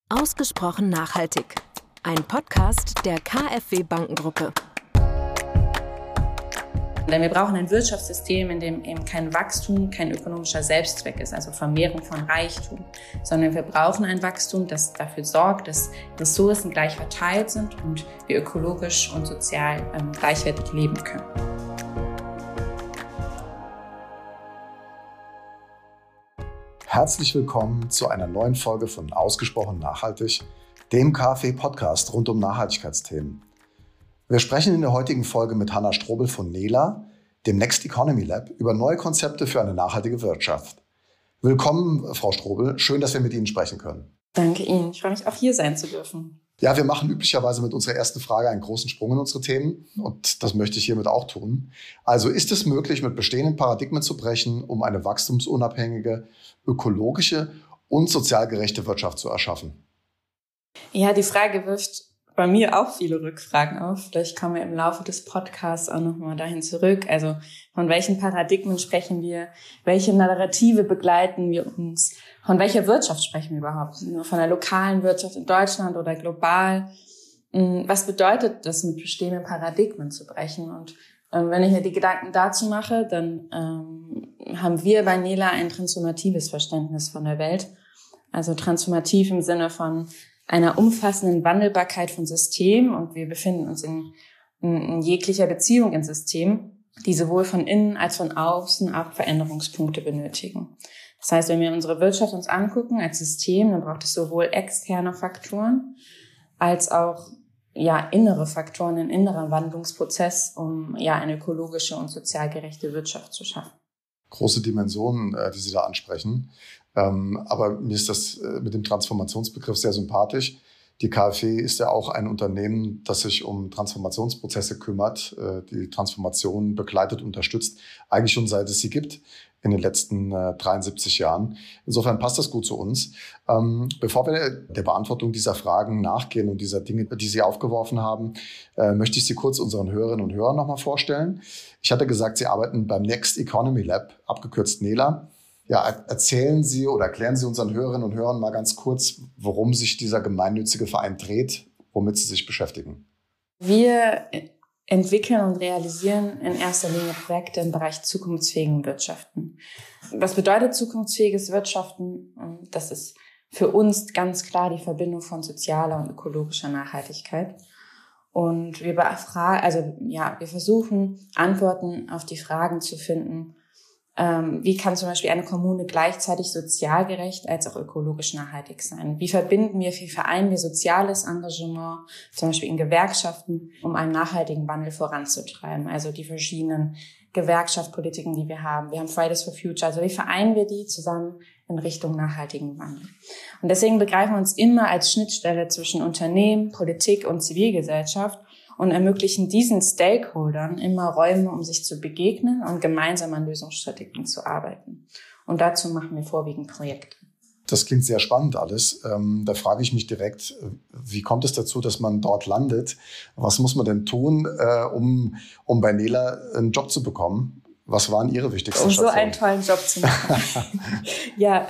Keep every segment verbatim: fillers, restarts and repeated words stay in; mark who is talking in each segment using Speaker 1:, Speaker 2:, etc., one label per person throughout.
Speaker 1: Ausgesprochen nachhaltig. Ein Podcast der KfW Bankengruppe.
Speaker 2: Denn wir brauchen ein Wirtschaftssystem, in dem eben kein Wachstum, kein ökonomischer Selbstzweck ist, also Vermehrung von Reichtum, sondern wir brauchen ein Wachstum, das dafür sorgt, dass Ressourcen gleich verteilt sind und wir ökologisch und sozial ähm, gleichwertig leben können.
Speaker 3: Herzlich willkommen zu einer neuen Folge von Ausgesprochen nachhaltig, dem KfW-Podcast rund um Nachhaltigkeitsthemen. Wir sprechen in der heutigen Folge mit Hanna Strobel von Nela, dem Next Economy Lab, über neue Konzepte für eine nachhaltige Wirtschaft. Willkommen, Frau Strobel. Schön, dass wir mit Ihnen sprechen können.
Speaker 2: Danke Ihnen. Ich freue mich, auch hier sein zu dürfen.
Speaker 3: Ja, wir machen üblicherweise mit unserer ersten Frage einen großen Sprung in unsere Themen und das möchte ich hiermit auch tun. Also ist es möglich, mit bestehenden Paradigmen zu brechen, um eine wachstumsunabhängige, ökologische und sozial gerechte Wirtschaft zu erschaffen?
Speaker 2: Ja, die Frage wirft bei mir auch viele Rückfragen auf. Vielleicht kommen wir im Laufe des Podcasts auch nochmal dahin zurück. Also von welchen Paradigmen sprechen wir? Welche Narrative begleiten wir uns? Von welcher Wirtschaft sprechen wir überhaupt? Von der lokalen Wirtschaft in Deutschland oder global? Was bedeutet das, mit bestehenden Paradigmen zu brechen? Und ähm, wenn ich mir die Gedanken dazu mache, dann ähm, haben wir bei Nela ein transformatives Verständnis von der Welt. Also transformativ im Sinne von einer umfassenden Wandelbarkeit von Systemen, und wir befinden uns in, in, in jeglicher Beziehung in Systemen, die sowohl von innen als von außen auch Veränderungspunkte benötigen. Das heißt, wenn wir unsere Wirtschaft uns angucken als System, dann braucht es sowohl externe Faktoren als auch ja innere Faktoren, einen inneren Wandlungsprozess, um ja eine ökologische und sozial gerechte Wirtschaft zu schaffen.
Speaker 3: Große Dimensionen, die Sie da ansprechen. Aber mir ist das mit dem Transformationsbegriff sehr sympathisch. Die KfW ist ja auch ein Unternehmen, das sich um Transformationsprozesse kümmert, die Transformation begleitet, unterstützt, eigentlich schon seit es sie gibt, in den letzten dreiundsiebzig Jahren. Insofern passt das gut zu uns. Bevor wir der Beantwortung dieser Fragen nachgehen und dieser Dinge, die Sie aufgeworfen haben, möchte ich Sie kurz unseren Hörerinnen und Hörern nochmal vorstellen. Ich hatte gesagt, Sie arbeiten beim Next Economy Lab, abgekürzt Nela. Ja, erzählen Sie oder erklären Sie unseren Hörerinnen und Hörern mal ganz kurz, worum sich dieser gemeinnützige Verein dreht, womit Sie sich beschäftigen.
Speaker 2: Wir entwickeln und realisieren in erster Linie Projekte im Bereich zukunftsfähigen Wirtschaften. Was bedeutet zukunftsfähiges Wirtschaften? Das ist für uns ganz klar die Verbindung von sozialer und ökologischer Nachhaltigkeit. Und wir befragen, also ja, wir versuchen Antworten auf die Fragen zu finden. Wie kann zum Beispiel eine Kommune gleichzeitig sozial gerecht als auch ökologisch nachhaltig sein? Wie verbinden wir, wie vereinen wir soziales Engagement, zum Beispiel in Gewerkschaften, um einen nachhaltigen Wandel voranzutreiben? Also die verschiedenen Gewerkschaftspolitiken, die wir haben. Wir haben Fridays for Future. Also wie vereinen wir die zusammen in Richtung nachhaltigen Wandel? Und deswegen begreifen wir uns immer als Schnittstelle zwischen Unternehmen, Politik und Zivilgesellschaft und ermöglichen diesen Stakeholdern immer Räume, um sich zu begegnen und gemeinsam an Lösungsstrategien zu arbeiten. Und dazu machen wir vorwiegend Projekte.
Speaker 3: Das klingt sehr spannend alles. Ähm, da frage ich mich direkt, wie kommt es dazu, dass man dort landet? Was muss man denn tun, äh, um, um bei Nela einen Job zu bekommen? Was waren Ihre wichtigsten
Speaker 2: Um
Speaker 3: Stationen?
Speaker 2: so einen tollen Job zu machen. ja,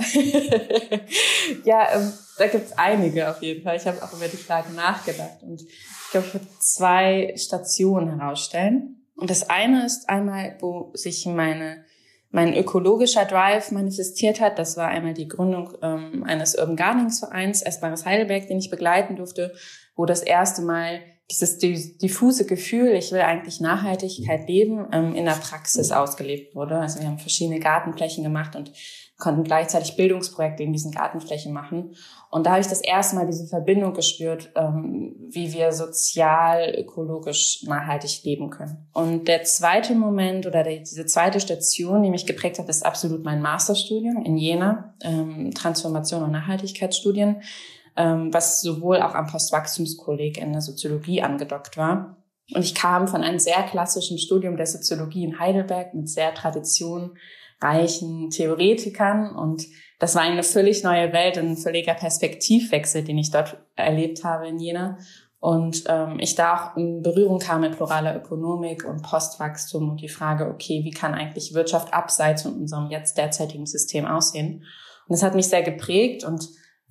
Speaker 2: ja ähm, da gibt's einige auf jeden Fall. Ich habe auch über die Frage nachgedacht und ich glaube, ich würde zwei Stationen herausstellen. Und das eine ist einmal, wo sich meine mein ökologischer Drive manifestiert hat. Das war einmal die Gründung ähm, eines Urban Gardening Vereins, Essbares Heidelberg, den ich begleiten durfte, wo das erste Mal dieses diffuse Gefühl, ich will eigentlich Nachhaltigkeit leben, ähm, in der Praxis ausgelebt wurde. Also wir haben verschiedene Gartenflächen gemacht und konnten gleichzeitig Bildungsprojekte in diesen Gartenflächen machen. Und da habe ich das erste Mal diese Verbindung gespürt, ähm, wie wir sozial, ökologisch nachhaltig leben können. Und der zweite Moment oder die, diese zweite Station, die mich geprägt hat, ist absolut mein Masterstudium in Jena, ähm, Transformation und Nachhaltigkeitsstudien, ähm, was sowohl auch am Postwachstumskolleg in der Soziologie angedockt war. Und ich kam von einem sehr klassischen Studium der Soziologie in Heidelberg mit sehr traditionreichen Theoretikern, und das war eine völlig neue Welt und ein völliger Perspektivwechsel, den ich dort erlebt habe in Jena. Und ähm, ich da auch in Berührung kam mit pluraler Ökonomik und Postwachstum und die Frage, okay, wie kann eigentlich Wirtschaft abseits von unserem jetzt derzeitigen System aussehen? Und das hat mich sehr geprägt und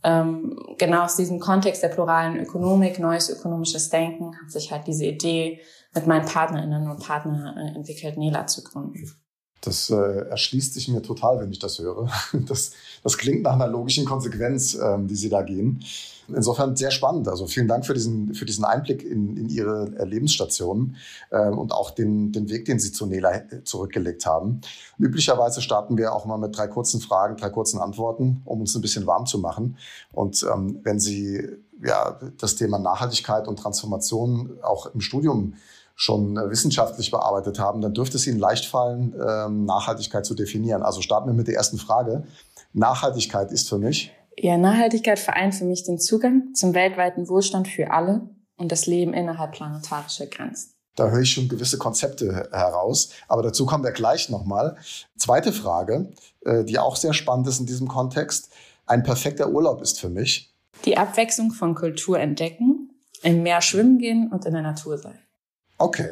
Speaker 2: ähm, genau aus diesem Kontext der pluralen Ökonomik, neues ökonomisches Denken, hat sich halt diese Idee mit meinen PartnerInnen und Partnern äh, entwickelt, Nela zu gründen.
Speaker 3: Das äh, erschließt sich mir total, wenn ich das höre. Das, das klingt nach einer logischen Konsequenz, ähm, die Sie da gehen. Insofern sehr spannend. Also vielen Dank für diesen, für diesen Einblick in, in Ihre Lebensstationen äh, und auch den, den Weg, den Sie zu Nela zurückgelegt haben. Üblicherweise starten wir auch mal mit drei kurzen Fragen, drei kurzen Antworten, um uns ein bisschen warm zu machen. Und ähm, wenn Sie ja, das Thema Nachhaltigkeit und Transformation auch im Studium schon wissenschaftlich bearbeitet haben, dann dürfte es Ihnen leicht fallen, ähm, Nachhaltigkeit zu definieren. Also starten wir mit der ersten Frage. Nachhaltigkeit ist für mich?
Speaker 2: Ja, Nachhaltigkeit vereint für mich den Zugang zum weltweiten Wohlstand für alle und das Leben innerhalb planetarischer Grenzen.
Speaker 3: Da höre ich schon gewisse Konzepte heraus, aber dazu kommen wir gleich nochmal. Zweite Frage, äh, die auch sehr spannend ist in diesem Kontext. Ein perfekter Urlaub ist für mich?
Speaker 2: Die Abwechslung von Kultur entdecken, im Meer schwimmen gehen und in der Natur sein.
Speaker 3: Okay.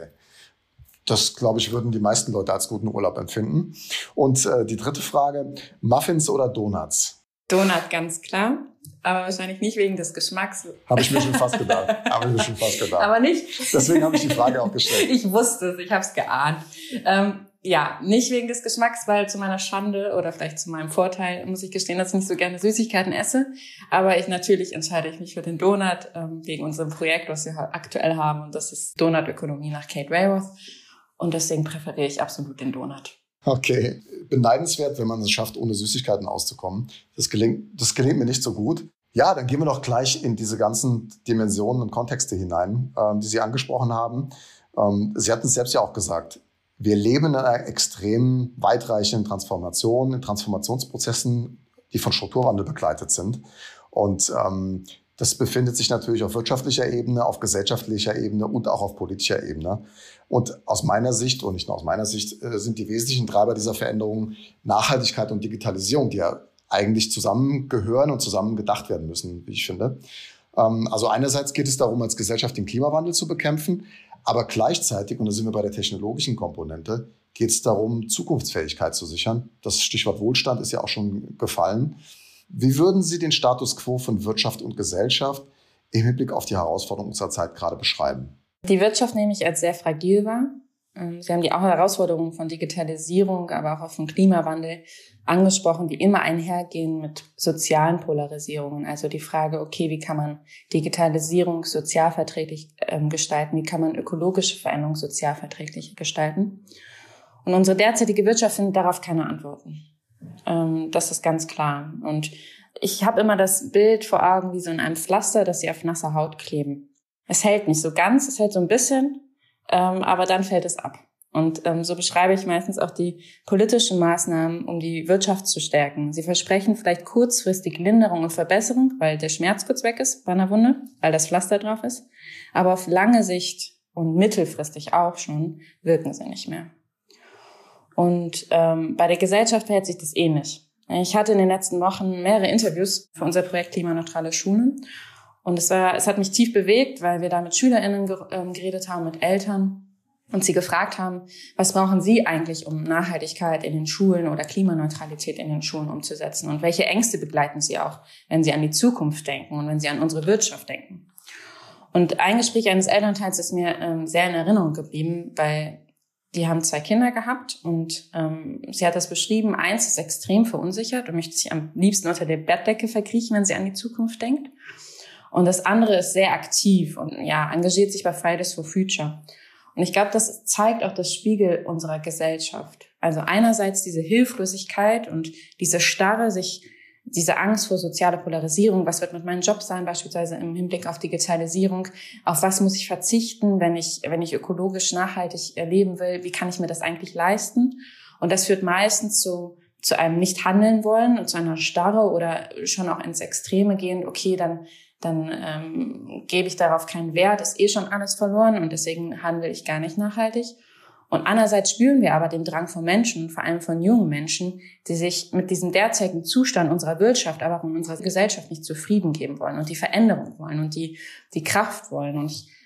Speaker 3: Das, glaube ich, würden die meisten Leute als guten Urlaub empfinden. Und äh, die dritte Frage, Muffins oder Donuts?
Speaker 2: Donut, ganz klar. Aber wahrscheinlich nicht wegen des Geschmacks.
Speaker 3: Habe ich mir schon fast gedacht. Habe ich mir schon fast gedacht.
Speaker 2: Aber nicht.
Speaker 3: Deswegen habe ich die Frage auch gestellt.
Speaker 2: Ich wusste es, ich habe es geahnt. Ähm, ja, nicht wegen des Geschmacks, weil zu meiner Schande oder vielleicht zu meinem Vorteil muss ich gestehen, dass ich nicht so gerne Süßigkeiten esse. Aber ich natürlich entscheide ich mich für den Donut ähm, wegen unserem Projekt, was wir aktuell haben. Und das ist Donutökonomie nach Kate Raworth. Und deswegen präferiere ich absolut den Donut.
Speaker 3: Okay, beneidenswert, wenn man es schafft, ohne Süßigkeiten auszukommen. Das gelingt, das gelingt mir nicht so gut. Ja, dann gehen wir doch gleich in diese ganzen Dimensionen und Kontexte hinein, ähm, die Sie angesprochen haben. Ähm, Sie hatten es selbst ja auch gesagt. Wir leben in einer extrem weitreichenden Transformation, in Transformationsprozessen, die von Strukturwandel begleitet sind. Und ähm, das befindet sich natürlich auf wirtschaftlicher Ebene, auf gesellschaftlicher Ebene und auch auf politischer Ebene. Und aus meiner Sicht, und nicht nur aus meiner Sicht, sind die wesentlichen Treiber dieser Veränderungen Nachhaltigkeit und Digitalisierung, die ja eigentlich zusammengehören und zusammen gedacht werden müssen, wie ich finde. Also einerseits geht es darum, als Gesellschaft den Klimawandel zu bekämpfen, aber gleichzeitig, und da sind wir bei der technologischen Komponente, geht es darum, Zukunftsfähigkeit zu sichern. Das Stichwort Wohlstand ist ja auch schon gefallen. Wie würden Sie den Status quo von Wirtschaft und Gesellschaft im Hinblick auf die Herausforderungen unserer Zeit gerade beschreiben?
Speaker 2: Die Wirtschaft nehme ich als sehr fragil wahr. Sie haben die auch Herausforderungen von Digitalisierung, aber auch von Klimawandel angesprochen, die immer einhergehen mit sozialen Polarisierungen. Also die Frage, okay, wie kann man Digitalisierung sozialverträglich ähm, gestalten? Wie kann man ökologische Veränderung sozialverträglich gestalten? Und unsere derzeitige Wirtschaft findet darauf keine Antworten. Ähm, das ist ganz klar. Und ich habe immer das Bild vor Augen wie so in einem Pflaster, das sie auf nasser Haut kleben. Es hält nicht so ganz, es hält so ein bisschen, ähm, aber dann fällt es ab. Und ähm, so beschreibe ich meistens auch die politischen Maßnahmen, um die Wirtschaft zu stärken. Sie versprechen vielleicht kurzfristig Linderung und Verbesserung, weil der Schmerz kurz weg ist bei einer Wunde, weil das Pflaster drauf ist. Aber auf lange Sicht und mittelfristig auch schon wirken sie nicht mehr. Und ähm, bei der Gesellschaft verhält sich das ähnlich. Ich hatte in den letzten Wochen mehrere Interviews für unser Projekt Klimaneutrale Schulen. Und es war, es hat mich tief bewegt, weil wir da mit SchülerInnen geredet haben, mit Eltern und sie gefragt haben, was brauchen sie eigentlich, um Nachhaltigkeit in den Schulen oder Klimaneutralität in den Schulen umzusetzen? Und welche Ängste begleiten sie auch, wenn sie an die Zukunft denken und wenn sie an unsere Wirtschaft denken? Und ein Gespräch eines Elternteils ist mir ähm, sehr in Erinnerung geblieben, weil die haben zwei Kinder gehabt und ähm, sie hat das beschrieben, eins ist extrem verunsichert und möchte sich am liebsten unter der Bettdecke verkriechen, wenn sie an die Zukunft denkt. Und das andere ist sehr aktiv und ja engagiert sich bei Fridays for Future. Und ich glaube, das zeigt auch das Spiegel unserer Gesellschaft. Also einerseits diese Hilflosigkeit und diese Starre, sich diese Angst vor sozialer Polarisierung. Was wird mit meinem Job sein, beispielsweise im Hinblick auf Digitalisierung? Auf was muss ich verzichten, wenn ich wenn ich ökologisch nachhaltig leben will? Wie kann ich mir das eigentlich leisten? Und das führt meistens zu zu einem nicht handeln wollen und zu einer Starre oder schon auch ins Extreme gehend. Okay, dann dann ähm, gebe ich darauf keinen Wert, ist eh schon alles verloren und deswegen handle ich gar nicht nachhaltig. Und andererseits spüren wir aber den Drang von Menschen, vor allem von jungen Menschen, die sich mit diesem derzeitigen Zustand unserer Wirtschaft, aber auch in unserer Gesellschaft nicht zufrieden geben wollen und die Veränderung wollen und die die Kraft wollen. Und ich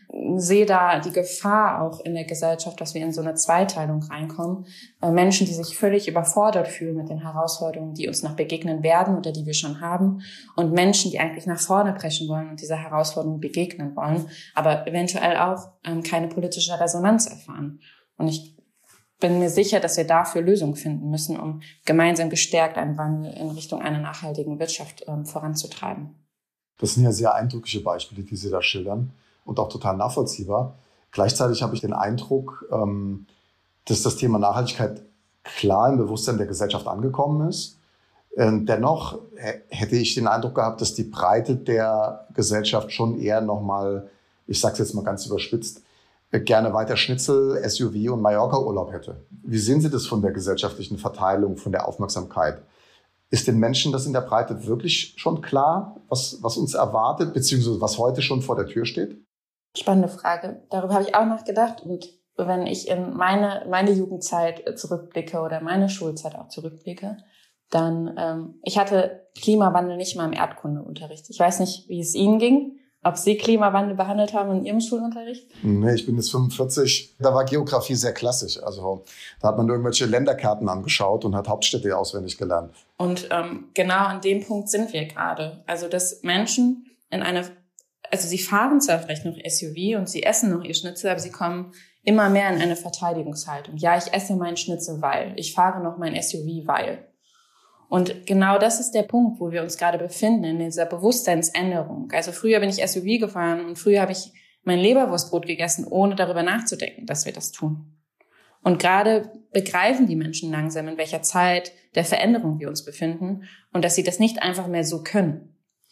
Speaker 2: sehe da die Gefahr auch in der Gesellschaft, dass wir in so eine Zweiteilung reinkommen. Äh, Menschen, die sich völlig überfordert fühlen mit den Herausforderungen, die uns noch begegnen werden oder die wir schon haben. Und Menschen, die eigentlich nach vorne preschen wollen und dieser Herausforderung begegnen wollen, aber eventuell auch ähm, keine politische Resonanz erfahren. Und ich bin mir sicher, dass wir dafür Lösungen finden müssen, um gemeinsam gestärkt einen Wandel in Richtung einer nachhaltigen Wirtschaft ähm, voranzutreiben.
Speaker 3: Das sind ja sehr eindrückliche Beispiele, die Sie da schildern und auch total nachvollziehbar. Gleichzeitig habe ich den Eindruck, ähm, dass das Thema Nachhaltigkeit klar im Bewusstsein der Gesellschaft angekommen ist. Ähm, dennoch h- hätte ich den Eindruck gehabt, dass die Breite der Gesellschaft schon eher nochmal, ich sage es jetzt mal ganz überspitzt, gerne weiter Schnitzel, S U V und Mallorca-Urlaub hätte. Wie sehen Sie das von der gesellschaftlichen Verteilung, von der Aufmerksamkeit? Ist den Menschen das in der Breite wirklich schon klar, was, was uns erwartet, beziehungsweise was heute schon vor der Tür steht?
Speaker 2: Spannende Frage. Darüber habe ich auch nachgedacht. Und wenn ich in meine, meine Jugendzeit zurückblicke oder meine Schulzeit auch zurückblicke, dann, ähm, ich hatte Klimawandel nicht mal im Erdkundeunterricht. Ich weiß nicht, wie es Ihnen ging. Ob Sie Klimawandel behandelt haben in Ihrem Schulunterricht?
Speaker 3: Nee, ich bin jetzt fünfundvierzig. Da war Geografie sehr klassisch. Also da hat man irgendwelche Länderkarten angeschaut und hat Hauptstädte auswendig gelernt.
Speaker 2: Und ähm, genau an dem Punkt sind wir gerade. Also dass Menschen in eine, also sie fahren zwar vielleicht noch S U V und sie essen noch ihr Schnitzel, aber sie kommen immer mehr in eine Verteidigungshaltung. Ja, ich esse meinen Schnitzel, weil. Ich fahre noch mein S U V, weil. Und genau das ist der Punkt, wo wir uns gerade befinden, in dieser Bewusstseinsänderung. Also früher bin ich S U V gefahren und früher habe ich mein Leberwurstbrot gegessen, ohne darüber nachzudenken, dass wir das tun. Und gerade begreifen die Menschen langsam, in welcher Zeit der Veränderung wir uns befinden und dass sie das nicht einfach mehr so können.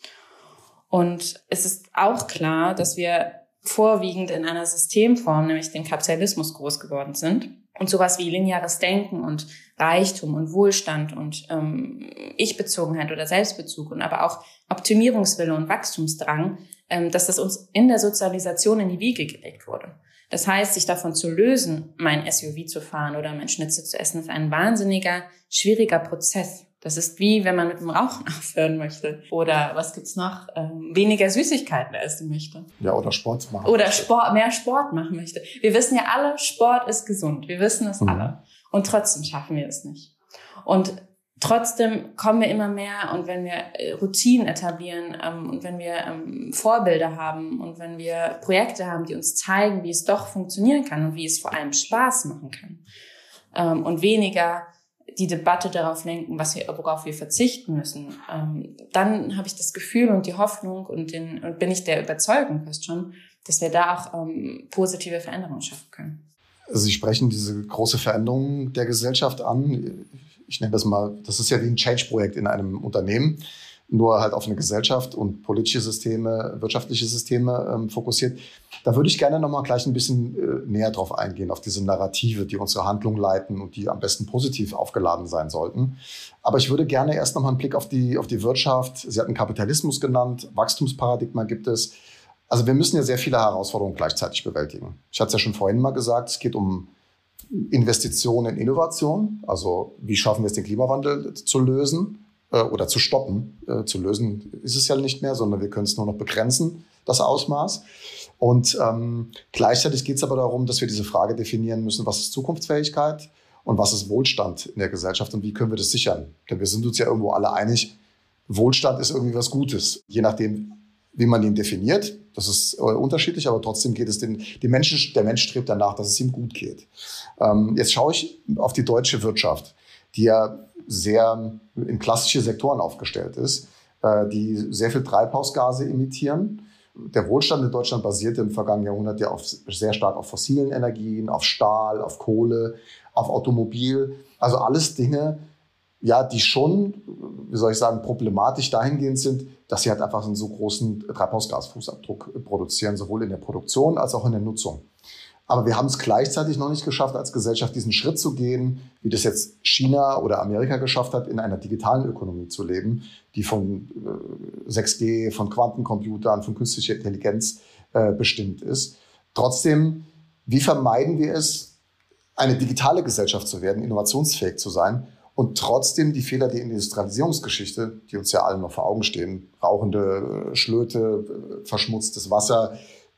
Speaker 2: Und es ist auch klar, dass wir vorwiegend in einer Systemform, nämlich dem Kapitalismus, groß geworden sind. Und sowas wie lineares Denken und Reichtum und Wohlstand und ähm, Ich-Bezogenheit oder Selbstbezug und aber auch Optimierungswille und Wachstumsdrang, ähm, dass das uns in der Sozialisation in die Wiege gelegt wurde. Das heißt, sich davon zu lösen, mein S U V zu fahren oder mein Schnitzel zu essen, ist ein wahnsinniger, schwieriger Prozess. Das ist wie, wenn man mit dem Rauchen aufhören möchte. Oder was gibt's noch? Ähm, weniger Süßigkeiten essen möchte.
Speaker 3: Ja, oder Sport machen.
Speaker 2: Oder Sport, mehr Sport machen möchte. Wir wissen ja alle, Sport ist gesund. Wir wissen es mhm. alle. Und trotzdem schaffen wir es nicht. Und trotzdem kommen wir immer mehr. Und wenn wir Routinen etablieren ähm, und wenn wir ähm, Vorbilder haben und wenn wir Projekte haben, die uns zeigen, wie es doch funktionieren kann und wie es vor allem Spaß machen kann ähm, und weniger die Debatte darauf lenken, was wir, worauf wir verzichten müssen, ähm, dann habe ich das Gefühl und die Hoffnung und, den, und bin ich der Überzeugung fast schon, dass wir da auch ähm, positive Veränderungen schaffen können.
Speaker 3: Sie sprechen diese große Veränderung der Gesellschaft an. Ich nenne das mal, das ist ja wie ein Change-Projekt in einem Unternehmen, nur halt auf eine Gesellschaft und politische Systeme, wirtschaftliche Systeme ähm, fokussiert. Da würde ich gerne noch mal gleich ein bisschen äh, näher drauf eingehen, auf diese Narrative, die unsere Handlung leiten und die am besten positiv aufgeladen sein sollten. Aber ich würde gerne erst noch mal einen Blick auf die, auf die Wirtschaft. Sie hatten Kapitalismus genannt, Wachstumsparadigma gibt es. Also wir müssen ja sehr viele Herausforderungen gleichzeitig bewältigen. Ich hatte es ja schon vorhin mal gesagt, es geht um Investitionen in Innovation. Also wie schaffen wir es, den Klimawandel zu lösen? Oder zu stoppen. Äh, zu lösen ist es ja nicht mehr, sondern wir können es nur noch begrenzen, das Ausmaß. Und ähm, gleichzeitig geht es aber darum, dass wir diese Frage definieren müssen, was ist Zukunftsfähigkeit und was ist Wohlstand in der Gesellschaft und wie können wir das sichern? Denn wir sind uns ja irgendwo alle einig, Wohlstand ist irgendwie was Gutes. Je nachdem, wie man ihn definiert, das ist äh, unterschiedlich, aber trotzdem geht es den, die Menschen, der Mensch strebt danach, dass es ihm gut geht. Ähm, jetzt schaue ich auf die deutsche Wirtschaft, die ja sehr in klassische Sektoren aufgestellt ist, die sehr viel Treibhausgase emittieren. Der Wohlstand in Deutschland basierte im vergangenen Jahrhundert ja auf, sehr stark auf fossilen Energien, auf Stahl, auf Kohle, auf Automobil. Also alles Dinge, ja, die schon, wie soll ich sagen, problematisch dahingehend sind, dass sie halt einfach einen so großen Treibhausgasfußabdruck produzieren, sowohl in der Produktion als auch in der Nutzung. Aber wir haben es gleichzeitig noch nicht geschafft, als Gesellschaft diesen Schritt zu gehen, wie das jetzt China oder Amerika geschafft hat, in einer digitalen Ökonomie zu leben, die von sechs G, von Quantencomputern, von künstlicher Intelligenz äh, bestimmt ist. Trotzdem, wie vermeiden wir es, eine digitale Gesellschaft zu werden, innovationsfähig zu sein und trotzdem die Fehler der Industrialisierungsgeschichte, die uns ja allen noch vor Augen stehen, rauchende Schlöte, verschmutztes Wasser,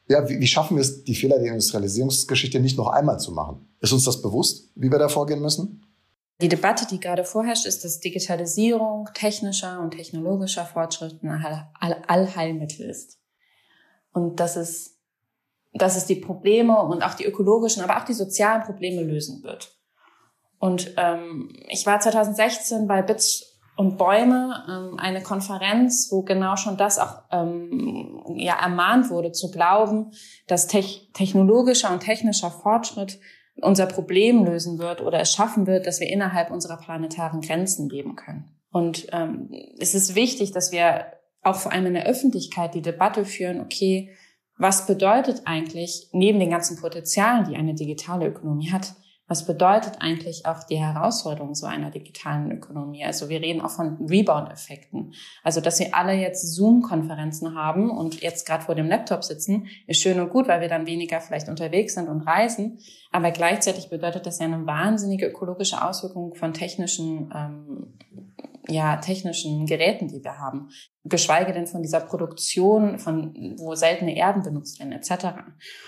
Speaker 3: Ja, wie, wie schaffen wir es, die Fehler der Industrialisierungsgeschichte nicht noch einmal zu machen? Ist uns das bewusst, wie wir da vorgehen müssen?
Speaker 2: Die Debatte, die gerade vorherrscht, ist, dass Digitalisierung technischer und technologischer Fortschritt ein All- All- Allheilmittel ist. Und dass es, dass es die Probleme und auch die ökologischen, aber auch die sozialen Probleme lösen wird. Und ähm, ich war zwanzig sechzehn bei Bits und Bäume, ähm, eine Konferenz, wo genau schon das auch ähm, ja ermahnt wurde, zu glauben, dass te- technologischer und technischer Fortschritt unser Problem lösen wird oder es schaffen wird, dass wir innerhalb unserer planetaren Grenzen leben können. Und ähm, es ist wichtig, dass wir auch vor allem in der Öffentlichkeit die Debatte führen, okay, was bedeutet eigentlich, neben den ganzen Potenzialen, die eine digitale Ökonomie hat, was bedeutet eigentlich auch die Herausforderung so einer digitalen Ökonomie? Also wir reden auch von Rebound-Effekten. Also dass wir alle jetzt Zoom-Konferenzen haben und jetzt gerade vor dem Laptop sitzen, ist schön und gut, weil wir dann weniger vielleicht unterwegs sind und reisen. Aber gleichzeitig bedeutet das ja eine wahnsinnige ökologische Auswirkung von technischen, ähm, ja, technischen Geräten, die wir haben. Geschweige denn von dieser Produktion, von wo seltene Erden benutzt werden, et cetera.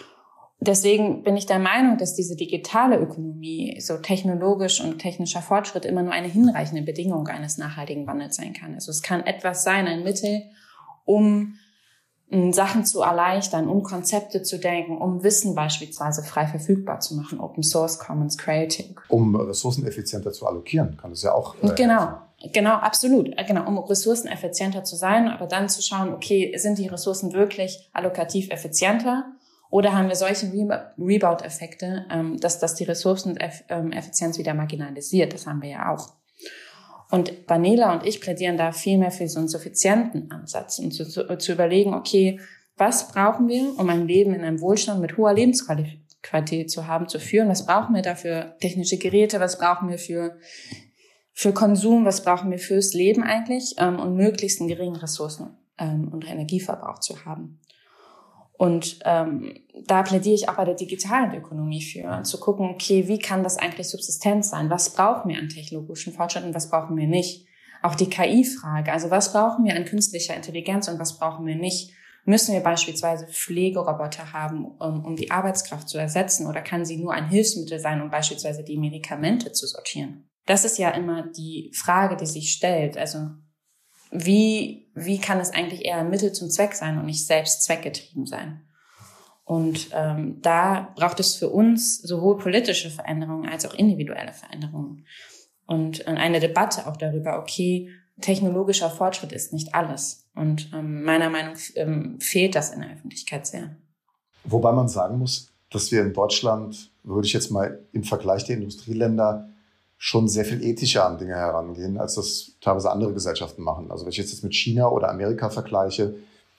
Speaker 2: Deswegen bin ich der Meinung, dass diese digitale Ökonomie, so technologisch und technischer Fortschritt, immer nur eine hinreichende Bedingung eines nachhaltigen Wandels sein kann. Also es kann etwas sein, ein Mittel, um Sachen zu erleichtern, um Konzepte zu denken, um Wissen beispielsweise frei verfügbar zu machen, Open Source, Commons, Creating.
Speaker 3: Um ressourceneffizienter zu allokieren, kann es ja auch. Äh,
Speaker 2: genau, genau, absolut. Genau, um ressourceneffizienter zu sein, aber dann zu schauen, okay, sind die Ressourcen wirklich allokativ effizienter? Oder haben wir solche Re- Rebound-Effekte, ähm, dass, dass die Ressourceneffizienz wieder marginalisiert? Das haben wir ja auch. Und Vanela und ich plädieren da viel mehr für so einen suffizienten Ansatz und zu, zu, zu überlegen, okay, was brauchen wir, um ein Leben in einem Wohlstand mit hoher Lebensqualität zu haben, zu führen? Was brauchen wir dafür? Technische Geräte, was brauchen wir für, für Konsum, was brauchen wir fürs Leben eigentlich? Ähm, und möglichst einen geringen Ressourcen- ähm, und Energieverbrauch zu haben. Und ähm, da plädiere ich auch bei der digitalen Ökonomie für, zu gucken, okay, wie kann das eigentlich subsistent sein? Was brauchen wir an technologischen Fortschritt und was brauchen wir nicht? Auch die K I-Frage, also was brauchen wir an künstlicher Intelligenz und was brauchen wir nicht? Müssen wir beispielsweise Pflegeroboter haben, um, um die Arbeitskraft zu ersetzen, oder kann sie nur ein Hilfsmittel sein, um beispielsweise die Medikamente zu sortieren? Das ist ja immer die Frage, die sich stellt. Also Wie, wie kann es eigentlich eher ein Mittel zum Zweck sein und nicht selbst zweckgetrieben sein? Und ähm, da braucht es für uns sowohl politische Veränderungen als auch individuelle Veränderungen. Und äh, eine Debatte auch darüber, okay, technologischer Fortschritt ist nicht alles. Und ähm, meiner Meinung nach ähm, fehlt das in der Öffentlichkeit sehr.
Speaker 3: Wobei man sagen muss, dass wir in Deutschland, würde ich jetzt mal im Vergleich der Industrieländer, schon sehr viel ethischer an Dinge herangehen, als das teilweise andere Gesellschaften machen. Also wenn ich jetzt mit China oder Amerika vergleiche,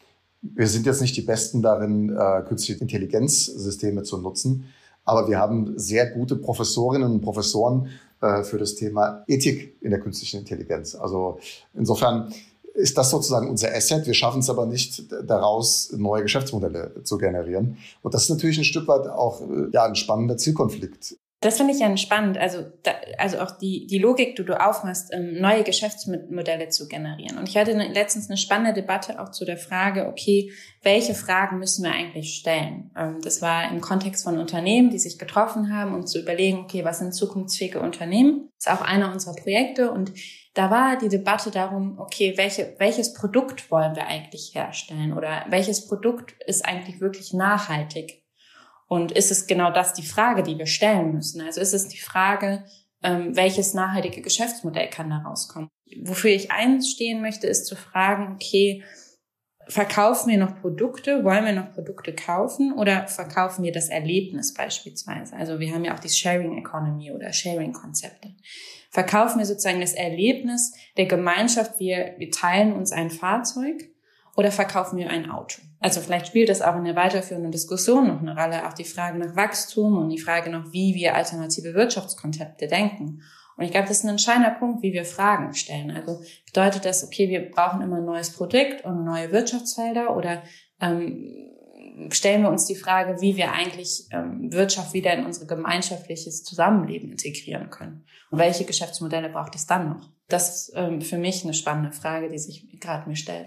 Speaker 3: wir sind jetzt nicht die Besten darin, äh, künstliche Intelligenzsysteme zu nutzen, aber wir haben sehr gute Professorinnen und Professoren äh, für das Thema Ethik in der künstlichen Intelligenz. Also insofern ist das sozusagen unser Asset. Wir schaffen es aber nicht, daraus neue Geschäftsmodelle zu generieren. Und das ist natürlich ein Stück weit auch äh, ja, ein spannender Zielkonflikt.
Speaker 2: Das finde ich ja spannend, also da, also auch die die Logik, die du aufmachst, ähm, neue Geschäftsmodelle zu generieren. Und ich hatte ne, letztens eine spannende Debatte auch zu der Frage, okay, welche Fragen müssen wir eigentlich stellen? Ähm, das war im Kontext von Unternehmen, die sich getroffen haben, um zu überlegen, okay, was sind zukunftsfähige Unternehmen? Das ist auch einer unserer Projekte. Und da war die Debatte darum, okay, welche welches Produkt wollen wir eigentlich herstellen? Oder welches Produkt ist eigentlich wirklich nachhaltig? Und ist es genau das die Frage, die wir stellen müssen? Also ist es die Frage, ähm, welches nachhaltige Geschäftsmodell kann da rauskommen? Wofür ich einstehen möchte, ist zu fragen, okay, verkaufen wir noch Produkte? Wollen wir noch Produkte kaufen? Oder verkaufen wir das Erlebnis beispielsweise? Also wir haben ja auch die Sharing Economy oder Sharing-Konzepte. Verkaufen wir sozusagen das Erlebnis der Gemeinschaft, wir, wir teilen uns ein Fahrzeug? Oder verkaufen wir ein Auto? Also vielleicht spielt das auch in der weiterführenden Diskussion noch eine Rolle, auch die Frage nach Wachstum und die Frage noch, wie wir alternative Wirtschaftskonzepte denken. Und ich glaube, das ist ein entscheidender Punkt, wie wir Fragen stellen. Also bedeutet das, okay, wir brauchen immer ein neues Produkt und neue Wirtschaftsfelder, oder ähm, stellen wir uns die Frage, wie wir eigentlich ähm, Wirtschaft wieder in unser gemeinschaftliches Zusammenleben integrieren können? Und welche Geschäftsmodelle braucht es dann noch? Das ist ähm, für mich eine spannende Frage, die sich gerade mir stellt.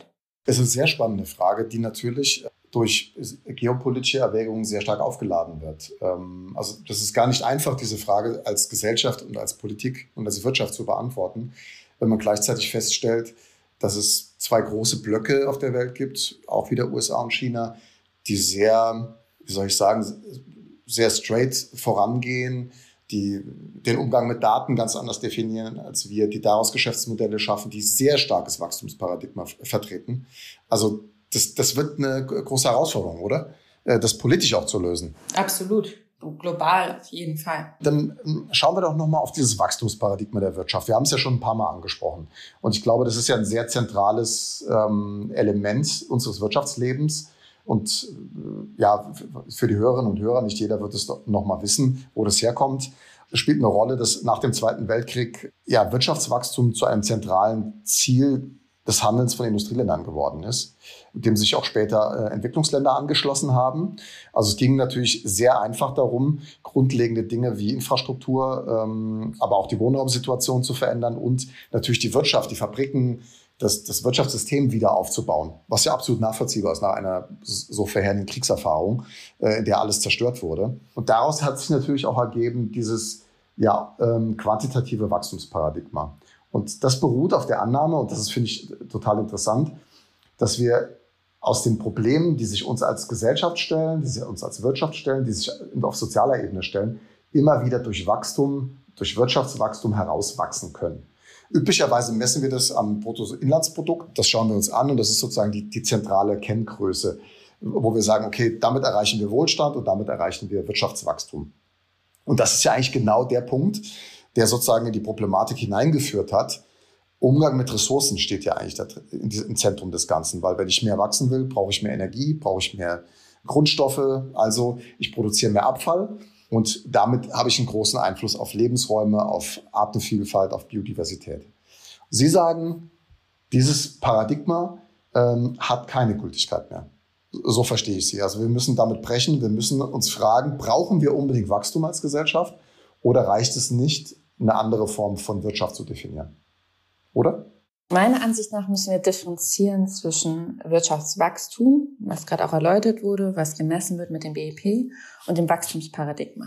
Speaker 3: Es ist eine sehr spannende Frage, die natürlich durch geopolitische Erwägungen sehr stark aufgeladen wird. Also das ist gar nicht einfach, diese Frage als Gesellschaft und als Politik und als Wirtschaft zu beantworten, wenn man gleichzeitig feststellt, dass es zwei große Blöcke auf der Welt gibt, auch wieder U S A und China, die sehr, wie soll ich sagen, sehr straight vorangehen, die den Umgang mit Daten ganz anders definieren als wir, die daraus Geschäftsmodelle schaffen, die sehr starkes Wachstumsparadigma vertreten. Also das, das wird eine große Herausforderung, oder? Das politisch auch zu lösen.
Speaker 2: Absolut. Global auf jeden Fall.
Speaker 3: Dann schauen wir doch nochmal auf dieses Wachstumsparadigma der Wirtschaft. Wir haben es ja schon ein paar Mal angesprochen. Und ich glaube, das ist ja ein sehr zentrales ähm, Element unseres Wirtschaftslebens. Und äh, ja, für die Hörerinnen und Hörer, nicht jeder wird es nochmal wissen, wo das herkommt. Es spielt eine Rolle, dass nach dem Zweiten Weltkrieg ja, Wirtschaftswachstum zu einem zentralen Ziel des Handelns von Industrieländern geworden ist, dem sich auch später äh, Entwicklungsländer angeschlossen haben. Also es ging natürlich sehr einfach darum, grundlegende Dinge wie Infrastruktur, ähm, aber auch die Wohnraumsituation zu verändern und natürlich die Wirtschaft, die Fabriken, das, das Wirtschaftssystem wieder aufzubauen, was ja absolut nachvollziehbar ist nach einer so verheerenden Kriegserfahrung, äh, in der alles zerstört wurde. Und daraus hat sich natürlich auch ergeben dieses ja, ähm, quantitative Wachstumsparadigma. Und das beruht auf der Annahme, und das ist, finde ich, total interessant, dass wir aus den Problemen, die sich uns als Gesellschaft stellen, die sich uns als Wirtschaft stellen, die sich auf sozialer Ebene stellen, immer wieder durch Wachstum, durch Wirtschaftswachstum herauswachsen können. Üblicherweise messen wir das am Bruttoinlandsprodukt. Das schauen wir uns an und das ist sozusagen die, die zentrale Kenngröße, wo wir sagen, okay, damit erreichen wir Wohlstand und damit erreichen wir Wirtschaftswachstum. Und das ist ja eigentlich genau der Punkt, der sozusagen in die Problematik hineingeführt hat. Umgang mit Ressourcen steht ja eigentlich im Zentrum des Ganzen, weil wenn ich mehr wachsen will, brauche ich mehr Energie, brauche ich mehr Grundstoffe, also ich produziere mehr Abfall und damit habe ich einen großen Einfluss auf Lebensräume, auf Artenvielfalt, auf Biodiversität. Sie sagen, dieses Paradigma ähm, hat keine Gültigkeit mehr. So verstehe ich Sie. Also wir müssen damit brechen, wir müssen uns fragen, brauchen wir unbedingt Wachstum als Gesellschaft oder reicht es nicht, eine andere Form von Wirtschaft zu definieren? Oder?
Speaker 2: Meiner Ansicht nach müssen wir differenzieren zwischen Wirtschaftswachstum, was gerade auch erläutert wurde, was gemessen wird mit dem B I P, und dem Wachstumsparadigma.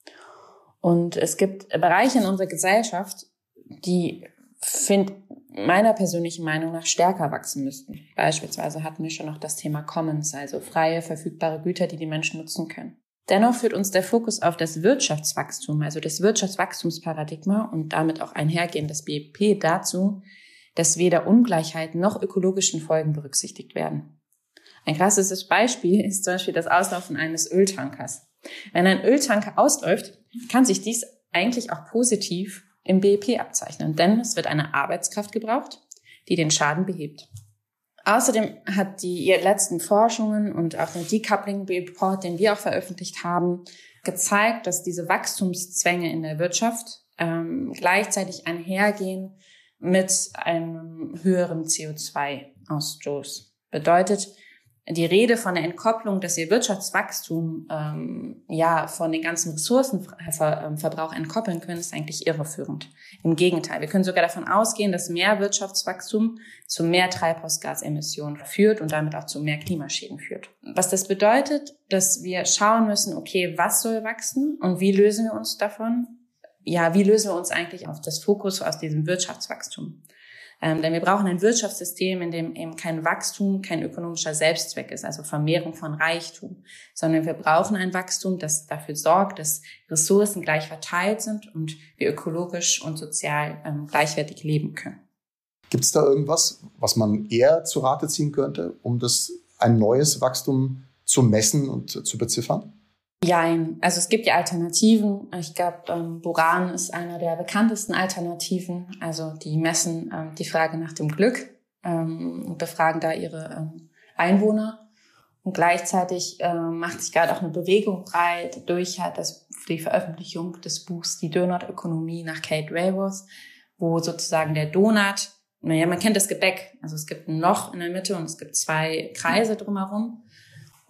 Speaker 2: Und es gibt Bereiche in unserer Gesellschaft, die, finde meiner persönlichen Meinung nach, stärker wachsen müssten. Beispielsweise hatten wir schon noch das Thema Commons, also freie, verfügbare Güter, die die Menschen nutzen können. Dennoch führt uns der Fokus auf das Wirtschaftswachstum, also das Wirtschaftswachstumsparadigma und damit auch einhergehend das B I P dazu, dass weder Ungleichheiten noch ökologischen Folgen berücksichtigt werden. Ein krasses Beispiel ist zum Beispiel das Auslaufen eines Öltankers. Wenn ein Öltanker ausläuft, kann sich dies eigentlich auch positiv im B I P abzeichnen, denn es wird eine Arbeitskraft gebraucht, die den Schaden behebt. Außerdem hat die letzten Forschungen und auch der Decoupling Report, den wir auch veröffentlicht haben, gezeigt, dass diese Wachstumszwänge in der Wirtschaft ähm, gleichzeitig einhergehen mit einem höheren C O zwei Ausstoß. Bedeutet, die Rede von der Entkopplung, dass ihr Wirtschaftswachstum ähm, ja von den ganzen Ressourcenverbrauch entkoppeln können, ist eigentlich irreführend. Im Gegenteil, wir können sogar davon ausgehen, dass mehr Wirtschaftswachstum zu mehr Treibhausgasemissionen führt und damit auch zu mehr Klimaschäden führt. Was das bedeutet, dass wir schauen müssen, okay, was soll wachsen und wie lösen wir uns davon? Ja, wie lösen wir uns eigentlich auf das Fokus aus diesem Wirtschaftswachstum? Ähm, denn wir brauchen ein Wirtschaftssystem, in dem eben kein Wachstum, kein ökonomischer Selbstzweck ist, also Vermehrung von Reichtum, sondern wir brauchen ein Wachstum, das dafür sorgt, dass Ressourcen gleich verteilt sind und wir ökologisch und sozial ähm, gleichwertig leben können.
Speaker 3: Gibt es da irgendwas, was man eher zu Rate ziehen könnte, um das ein neues Wachstum zu messen und zu beziffern?
Speaker 2: Jein. Also es gibt ja Alternativen. Ich glaube, ähm, Buran ist einer der bekanntesten Alternativen. Also die messen ähm, die Frage nach dem Glück ähm, und befragen da ihre ähm, Einwohner. Und gleichzeitig ähm, macht sich gerade auch eine Bewegung breit durch halt das, die Veröffentlichung des Buchs Die Donut-Ökonomie nach Kate Raworth, wo sozusagen der Donut, naja, man kennt das Gebäck. Also es gibt ein Loch in der Mitte und es gibt zwei Kreise drumherum.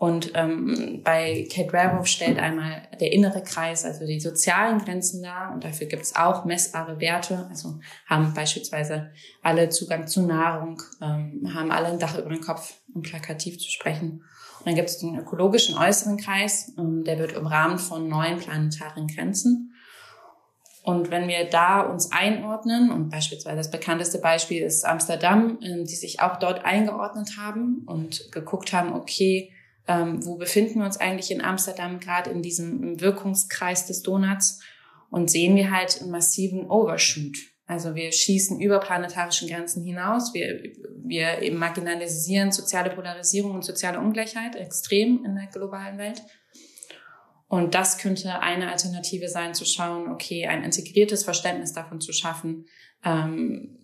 Speaker 2: Und ähm, bei Kate Raworth stellt einmal der innere Kreis, also die sozialen Grenzen dar. Und dafür gibt es auch messbare Werte. Also haben beispielsweise alle Zugang zu Nahrung, ähm, haben alle ein Dach über dem Kopf, um plakativ zu sprechen. Und dann gibt es den ökologischen äußeren Kreis. Ähm, der wird umrahmt von neun planetaren Grenzen. Und wenn wir da uns einordnen, und beispielsweise das bekannteste Beispiel ist Amsterdam, ähm, die sich auch dort eingeordnet haben und geguckt haben, okay, Ähm, wo befinden wir uns eigentlich in Amsterdam, gerade in diesem Wirkungskreis des Donuts, und sehen wir halt einen massiven Overshoot. Also wir schießen über planetarischen Grenzen hinaus, wir, wir eben marginalisieren soziale Polarisierung und soziale Ungleichheit extrem in der globalen Welt. Und das könnte eine Alternative sein, zu schauen, okay, ein integriertes Verständnis davon zu schaffen, ähm,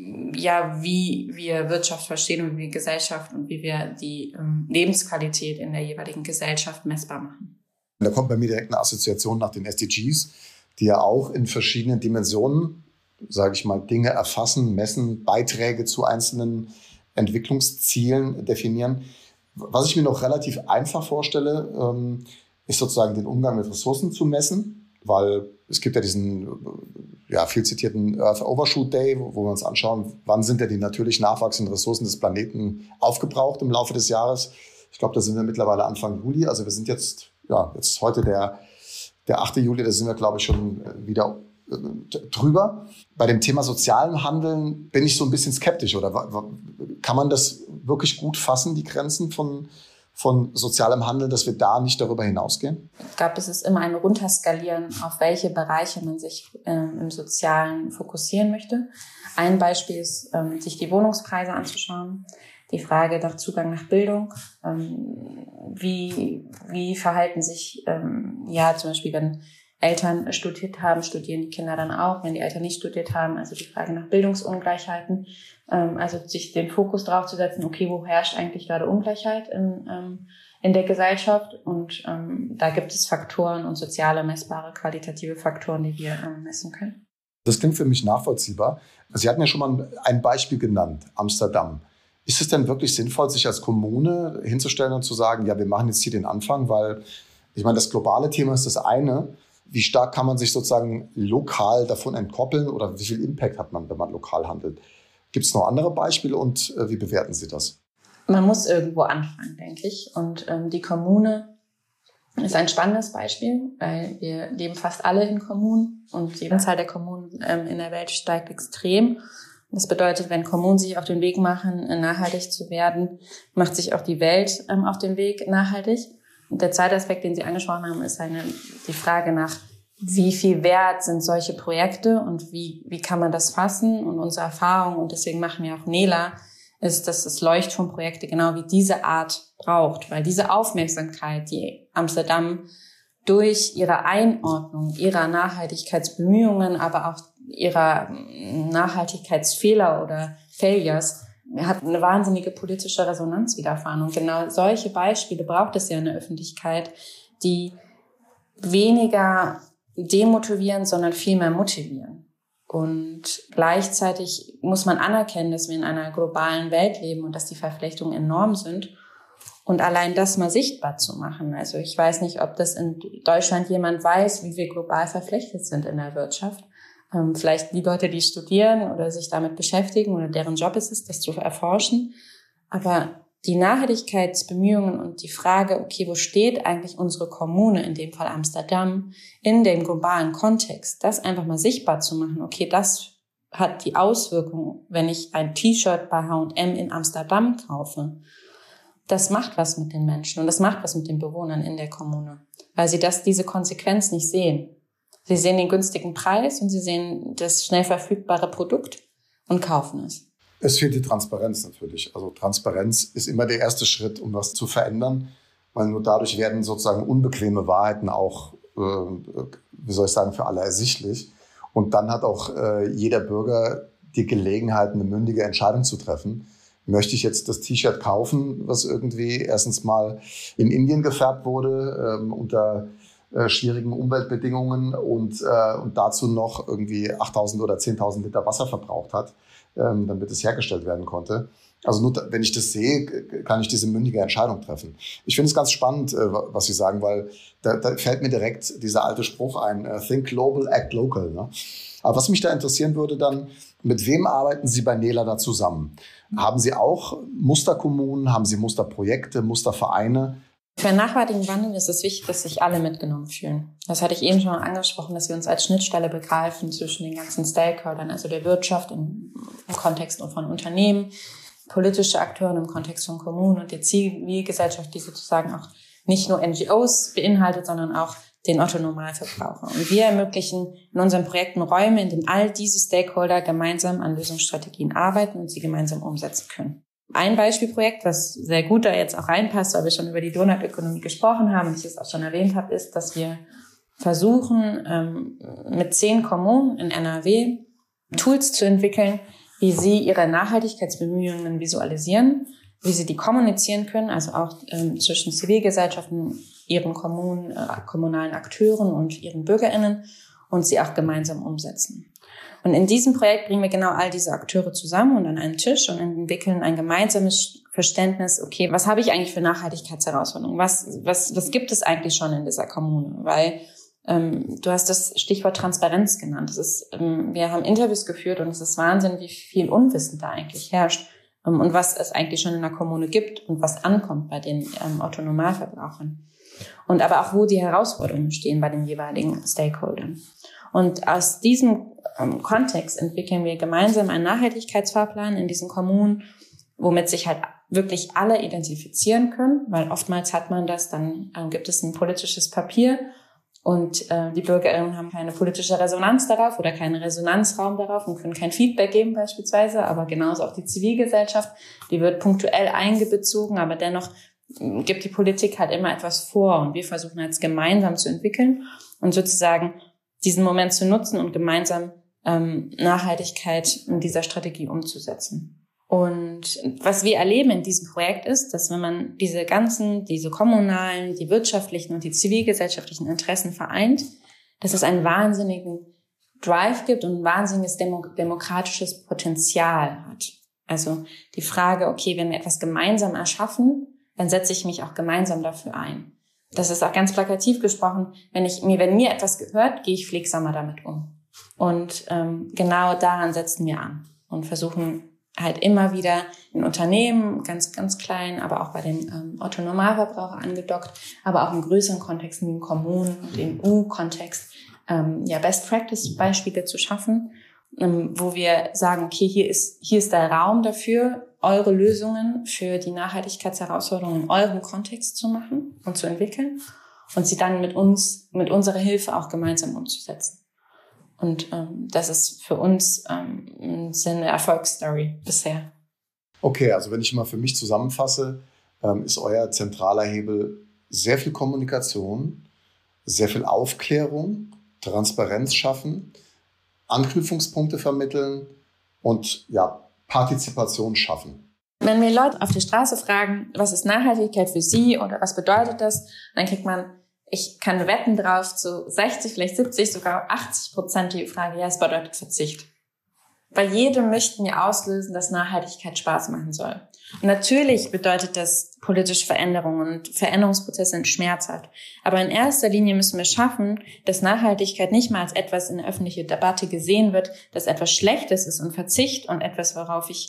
Speaker 2: ja, wie wir Wirtschaft verstehen und wie wir Gesellschaft und wie wir die ähm, Lebensqualität in der jeweiligen Gesellschaft messbar machen.
Speaker 3: Da kommt bei mir direkt eine Assoziation nach den S D Gs, die ja auch in verschiedenen Dimensionen, sage ich mal, Dinge erfassen, messen, Beiträge zu einzelnen Entwicklungszielen definieren. Was ich mir noch relativ einfach vorstelle, ähm, ist sozusagen den Umgang mit Ressourcen zu messen, weil es gibt ja diesen ja, viel zitierten Earth Overshoot Day, wo wir uns anschauen, wann sind denn die natürlich nachwachsenden Ressourcen des Planeten aufgebraucht im Laufe des Jahres. Ich glaube, da sind wir mittlerweile Anfang Juli. Also wir sind jetzt, ja, jetzt heute der, der achte Juli, da sind wir, glaube ich, schon wieder äh, drüber. Bei dem Thema sozialen Handeln bin ich so ein bisschen skeptisch. Oder kann man das wirklich gut fassen, die Grenzen von von sozialem Handeln, dass wir da nicht darüber hinausgehen?
Speaker 2: Ich glaube, es ist immer ein Runterskalieren, auf welche Bereiche man sich äh, im Sozialen fokussieren möchte. Ein Beispiel ist, ähm, sich die Wohnungspreise anzuschauen, die Frage nach Zugang nach Bildung. Ähm, wie, wie verhalten sich, ähm, ja, zum Beispiel, wenn Eltern studiert haben, studieren die Kinder dann auch, wenn die Eltern nicht studiert haben, also die Frage nach Bildungsungleichheiten, ähm, also sich den Fokus drauf zu setzen, okay, wo herrscht eigentlich gerade Ungleichheit in, ähm, in der Gesellschaft, und ähm, da gibt es Faktoren und soziale, messbare, qualitative Faktoren, die wir ähm, messen können.
Speaker 3: Das klingt für mich nachvollziehbar. Sie hatten ja schon mal ein Beispiel genannt, Amsterdam. Ist es denn wirklich sinnvoll, sich als Kommune hinzustellen und zu sagen, ja, wir machen jetzt hier den Anfang, weil ich meine, das globale Thema ist das eine. Wie stark kann man sich sozusagen lokal davon entkoppeln oder wie viel Impact hat man, wenn man lokal handelt? Gibt es noch andere Beispiele und äh, wie bewerten Sie das?
Speaker 2: Man muss irgendwo anfangen, denke ich. Und ähm, die Kommune ist ein spannendes Beispiel, weil wir leben fast alle in Kommunen und die Anzahl der Kommunen ähm, in der Welt steigt extrem. Das bedeutet, wenn Kommunen sich auf den Weg machen, nachhaltig zu werden, macht sich auch die Welt ähm, auf den Weg, nachhaltig. Und der zweite Aspekt, den Sie angesprochen haben, ist eine, die Frage nach, wie viel wert sind solche Projekte und wie, wie kann man das fassen? Und unsere Erfahrung, und deswegen machen wir auch Nela, ist, dass es Leuchtturmprojekte genau wie diese Art braucht, weil diese Aufmerksamkeit, die Amsterdam durch ihre Einordnung ihrer Nachhaltigkeitsbemühungen, aber auch ihrer Nachhaltigkeitsfehler oder Failures, hat eine wahnsinnige politische Resonanz widerfahren. Und genau solche Beispiele braucht es ja in der Öffentlichkeit, die weniger demotivieren, sondern viel mehr motivieren. Und gleichzeitig muss man anerkennen, dass wir in einer globalen Welt leben und dass die Verflechtungen enorm sind. Und allein das mal sichtbar zu machen. Also ich weiß nicht, ob das in Deutschland jemand weiß, wie wir global verflechtet sind in der Wirtschaft. Ähm, vielleicht die Leute, die studieren oder sich damit beschäftigen oder deren Job ist es, das zu erforschen. Aber die Nachhaltigkeitsbemühungen und die Frage, okay, wo steht eigentlich unsere Kommune, in dem Fall Amsterdam, in dem globalen Kontext, das einfach mal sichtbar zu machen, okay, das hat die Auswirkung, wenn ich ein T-Shirt bei H und M in Amsterdam kaufe. Das macht was mit den Menschen und das macht was mit den Bewohnern in der Kommune, weil sie das, diese Konsequenz nicht sehen. Sie sehen den günstigen Preis und sie sehen das schnell verfügbare Produkt und kaufen es.
Speaker 3: Es fehlt die Transparenz natürlich. Also Transparenz ist immer der erste Schritt, um was zu verändern, weil nur dadurch werden sozusagen unbequeme Wahrheiten auch, äh, wie soll ich sagen, für alle ersichtlich. Und dann hat auch äh, jeder Bürger die Gelegenheit, eine mündige Entscheidung zu treffen. Möchte ich jetzt das T-Shirt kaufen, was irgendwie erstens mal in Indien gefärbt wurde, ähm, unter äh, schwierigen Umweltbedingungen und, äh, und dazu noch irgendwie achttausend oder zehntausend Liter Wasser verbraucht hat, ähm, damit es hergestellt werden konnte. Also nur wenn ich das sehe, kann ich diese mündige Entscheidung treffen. Ich finde es ganz spannend, was Sie sagen, weil da, da fällt mir direkt dieser alte Spruch ein, think global, act local. Ne? Aber was mich da interessieren würde dann, mit wem arbeiten Sie bei Nela da zusammen? Haben Sie auch Musterkommunen, haben Sie Musterprojekte, Mustervereine?
Speaker 2: Für einen nachhaltigen Wandel ist es wichtig, dass sich alle mitgenommen fühlen. Das hatte ich eben schon angesprochen, dass wir uns als Schnittstelle begreifen zwischen den ganzen Stakeholdern, also der Wirtschaft im, im Kontext von Unternehmen, politische Akteure im Kontext von Kommunen und der Zivilgesellschaft, die sozusagen auch nicht nur N G Os beinhaltet, sondern auch den Otto-Normalverbraucher. Und wir ermöglichen in unseren Projekten Räume, in denen all diese Stakeholder gemeinsam an Lösungsstrategien arbeiten und sie gemeinsam umsetzen können. Ein Beispielprojekt, was sehr gut da jetzt auch reinpasst, weil wir schon über die Donut-Ökonomie gesprochen haben und ich es auch schon erwähnt habe, ist, dass wir versuchen, ähm, mit zehn Kommunen in N R W Tools zu entwickeln, wie sie ihre Nachhaltigkeitsbemühungen visualisieren, wie sie die kommunizieren können, also auch ähm, zwischen Zivilgesellschaften, ihren Kommunen, äh, kommunalen Akteuren und ihren BürgerInnen und sie auch gemeinsam umsetzen. Und in diesem Projekt bringen wir genau all diese Akteure zusammen und an einen Tisch und entwickeln ein gemeinsames Verständnis, okay, was habe ich eigentlich für Nachhaltigkeitsherausforderungen? Was, was, was gibt es eigentlich schon in dieser Kommune? Weil ähm, du hast das Stichwort Transparenz genannt. Das ist, ähm, wir haben Interviews geführt und es ist Wahnsinn, wie viel Unwissen da eigentlich herrscht ähm, und was es eigentlich schon in der Kommune gibt und was ankommt bei den ähm, Otto-Normalverbrauchern. Und aber auch, wo die Herausforderungen stehen bei den jeweiligen Stakeholdern. Und aus diesem ähm, Kontext entwickeln wir gemeinsam einen Nachhaltigkeitsfahrplan in diesen Kommunen, womit sich halt wirklich alle identifizieren können, weil oftmals hat man das, dann ähm, gibt es ein politisches Papier und äh, die BürgerInnen haben keine politische Resonanz darauf oder keinen Resonanzraum darauf und können kein Feedback geben beispielsweise, aber genauso auch die Zivilgesellschaft, die wird punktuell eingebezogen, aber dennoch äh, gibt die Politik halt immer etwas vor und wir versuchen jetzt gemeinsam zu entwickeln und sozusagen diesen Moment zu nutzen und gemeinsam ähm, Nachhaltigkeit in dieser Strategie umzusetzen. Und was wir erleben in diesem Projekt ist, dass wenn man diese ganzen, diese kommunalen, die wirtschaftlichen und die zivilgesellschaftlichen Interessen vereint, dass es einen wahnsinnigen Drive gibt und ein wahnsinniges Demo- demokratisches Potenzial hat. Also die Frage, okay, wenn wir etwas gemeinsam erschaffen, dann setze ich mich auch gemeinsam dafür ein. Das ist auch ganz plakativ gesprochen. Wenn ich mir, wenn mir etwas gehört, gehe ich pflegsamer damit um. Und ähm, genau daran setzen wir an und versuchen halt immer wieder in Unternehmen, ganz ganz klein, aber auch bei den ähm, Otto-Normalverbraucher angedockt, aber auch in größeren Kontexten wie in Kommunen und im E U-Kontext ähm, ja Best-Practice-Beispiele zu schaffen, ähm, wo wir sagen, okay, hier ist hier ist der Raum dafür, eure Lösungen für die Nachhaltigkeitsherausforderungen in eurem Kontext zu machen und zu entwickeln und sie dann mit uns, mit unserer Hilfe auch gemeinsam umzusetzen. Und ähm, das ist für uns ähm, eine Erfolgsstory bisher.
Speaker 3: Okay, also wenn ich mal für mich zusammenfasse, ähm, ist euer zentraler Hebel sehr viel Kommunikation, sehr viel Aufklärung, Transparenz schaffen, Anknüpfungspunkte vermitteln und ja, Partizipation schaffen.
Speaker 2: Wenn wir Leute auf der Straße fragen, was ist Nachhaltigkeit für sie oder was bedeutet das, dann kriegt man, ich kann wetten drauf, zu sechzig, vielleicht siebzig, sogar achtzig Prozent die Frage, ja, es bedeutet Verzicht. Weil jedem möchten wir auslösen, dass Nachhaltigkeit Spaß machen soll. Und natürlich bedeutet das politische Veränderungen und Veränderungsprozesse sind schmerzhaft. Aber in erster Linie müssen wir schaffen, dass Nachhaltigkeit nicht mal als etwas in der öffentlichen Debatte gesehen wird, dass etwas Schlechtes ist und Verzicht und etwas, worauf ich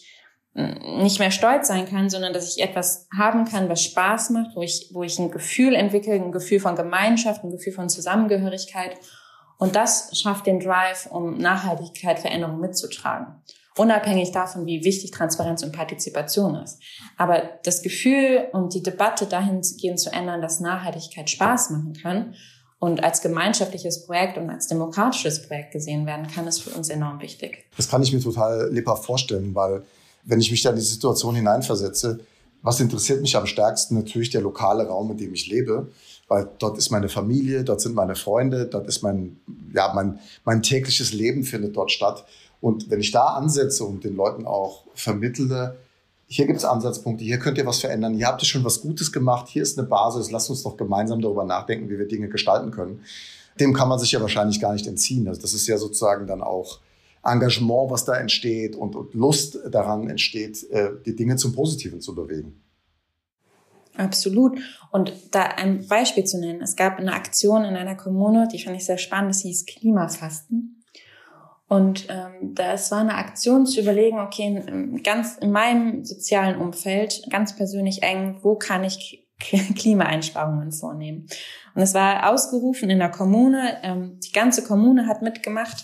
Speaker 2: nicht mehr stolz sein kann, sondern dass ich etwas haben kann, was Spaß macht, wo ich, wo ich ein Gefühl entwickle, ein Gefühl von Gemeinschaft, ein Gefühl von Zusammengehörigkeit. Und das schafft den Drive, um Nachhaltigkeit, Veränderung mitzutragen. Unabhängig davon, wie wichtig Transparenz und Partizipation ist. Aber das Gefühl und die Debatte dahingehend zu ändern, dass Nachhaltigkeit Spaß machen kann und als gemeinschaftliches Projekt und als demokratisches Projekt gesehen werden kann, ist für uns enorm wichtig.
Speaker 3: Das kann ich mir total lebhaft vorstellen, weil wenn ich mich da in die Situation hineinversetze, was interessiert mich am stärksten? Natürlich der lokale Raum, in dem ich lebe, weil dort ist meine Familie, dort sind meine Freunde, dort ist mein, ja, mein, mein tägliches Leben findet dort statt. Und wenn ich da ansetze und den Leuten auch vermittle, hier gibt es Ansatzpunkte, hier könnt ihr was verändern, hier habt ihr schon was Gutes gemacht, hier ist eine Basis, lasst uns doch gemeinsam darüber nachdenken, wie wir Dinge gestalten können. Dem kann man sich ja wahrscheinlich gar nicht entziehen. Also das ist ja sozusagen dann auch Engagement, was da entsteht und, und Lust daran entsteht, äh, die Dinge zum Positiven zu bewegen.
Speaker 2: Absolut. Und da ein Beispiel zu nennen. Es gab eine Aktion in einer Kommune, die fand ich sehr spannend, das hieß Klimafasten. Und ähm, das war eine Aktion zu überlegen, okay, in, ganz in meinem sozialen Umfeld, ganz persönlich eng, wo kann ich Klimaeinsparungen vornehmen? Und es war ausgerufen in der Kommune, ähm, die ganze Kommune hat mitgemacht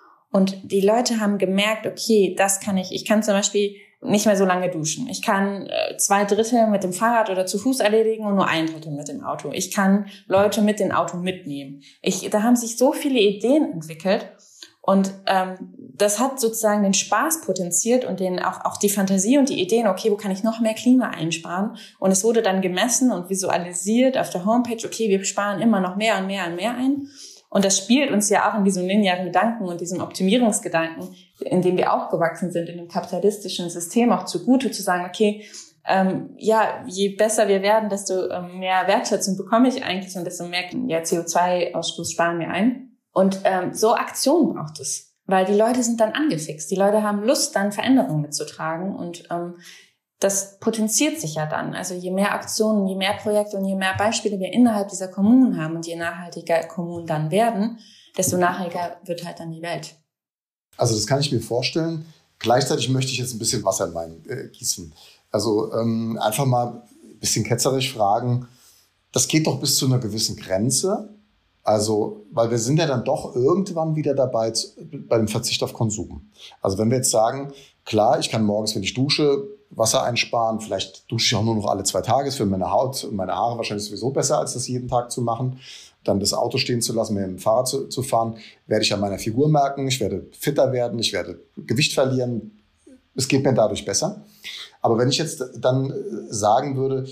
Speaker 2: und die Leute haben gemerkt, okay, das kann ich, ich kann zum Beispiel nicht mehr so lange duschen. Ich kann äh, zwei Drittel mit dem Fahrrad oder zu Fuß erledigen und nur ein Drittel mit dem Auto. Ich kann Leute mit dem Auto mitnehmen. Ich, da haben sich so viele Ideen entwickelt und ähm, das hat sozusagen den Spaß potenziert und den auch auch die Fantasie und die Ideen. Okay, wo kann ich noch mehr Klima einsparen? Und es wurde dann gemessen und visualisiert auf der Homepage. Okay, wir sparen immer noch mehr und mehr und mehr ein. Und das spielt uns ja auch in diesem linearen Gedanken und diesem Optimierungsgedanken, in dem wir aufgewachsen sind, in dem kapitalistischen System auch zugute, zu sagen, okay, ähm, ja, je besser wir werden, desto ähm, mehr Wertschätzung bekomme ich eigentlich und desto mehr ja, C O zwei Ausstoß sparen wir ein. Und ähm, so Aktionen braucht es, weil die Leute sind dann angefixt. Die Leute haben Lust, dann Veränderungen mitzutragen und ähm, das potenziert sich ja dann. Also je mehr Aktionen, je mehr Projekte und je mehr Beispiele wir innerhalb dieser Kommunen haben und je nachhaltiger Kommunen dann werden, desto nachhaltiger wird halt dann die Welt.
Speaker 3: Also das kann ich mir vorstellen. Gleichzeitig möchte ich jetzt ein bisschen Wasser in Wein äh, gießen. Also ähm, einfach mal ein bisschen ketzerisch fragen, das geht doch bis zu einer gewissen Grenze. Also, weil wir sind ja dann doch irgendwann wieder dabei zu, bei dem Verzicht auf Konsum. Also wenn wir jetzt sagen, klar, ich kann morgens, wenn ich dusche, Wasser einsparen. Vielleicht dusche ich auch nur noch alle zwei Tage. Ist für meine Haut und meine Haare wahrscheinlich sowieso besser, als das jeden Tag zu machen. Dann das Auto stehen zu lassen, mit dem Fahrrad zu, zu fahren, werde ich an meiner Figur merken. Ich werde fitter werden, ich werde Gewicht verlieren. Es geht mir dadurch besser. Aber wenn ich jetzt dann sagen würde,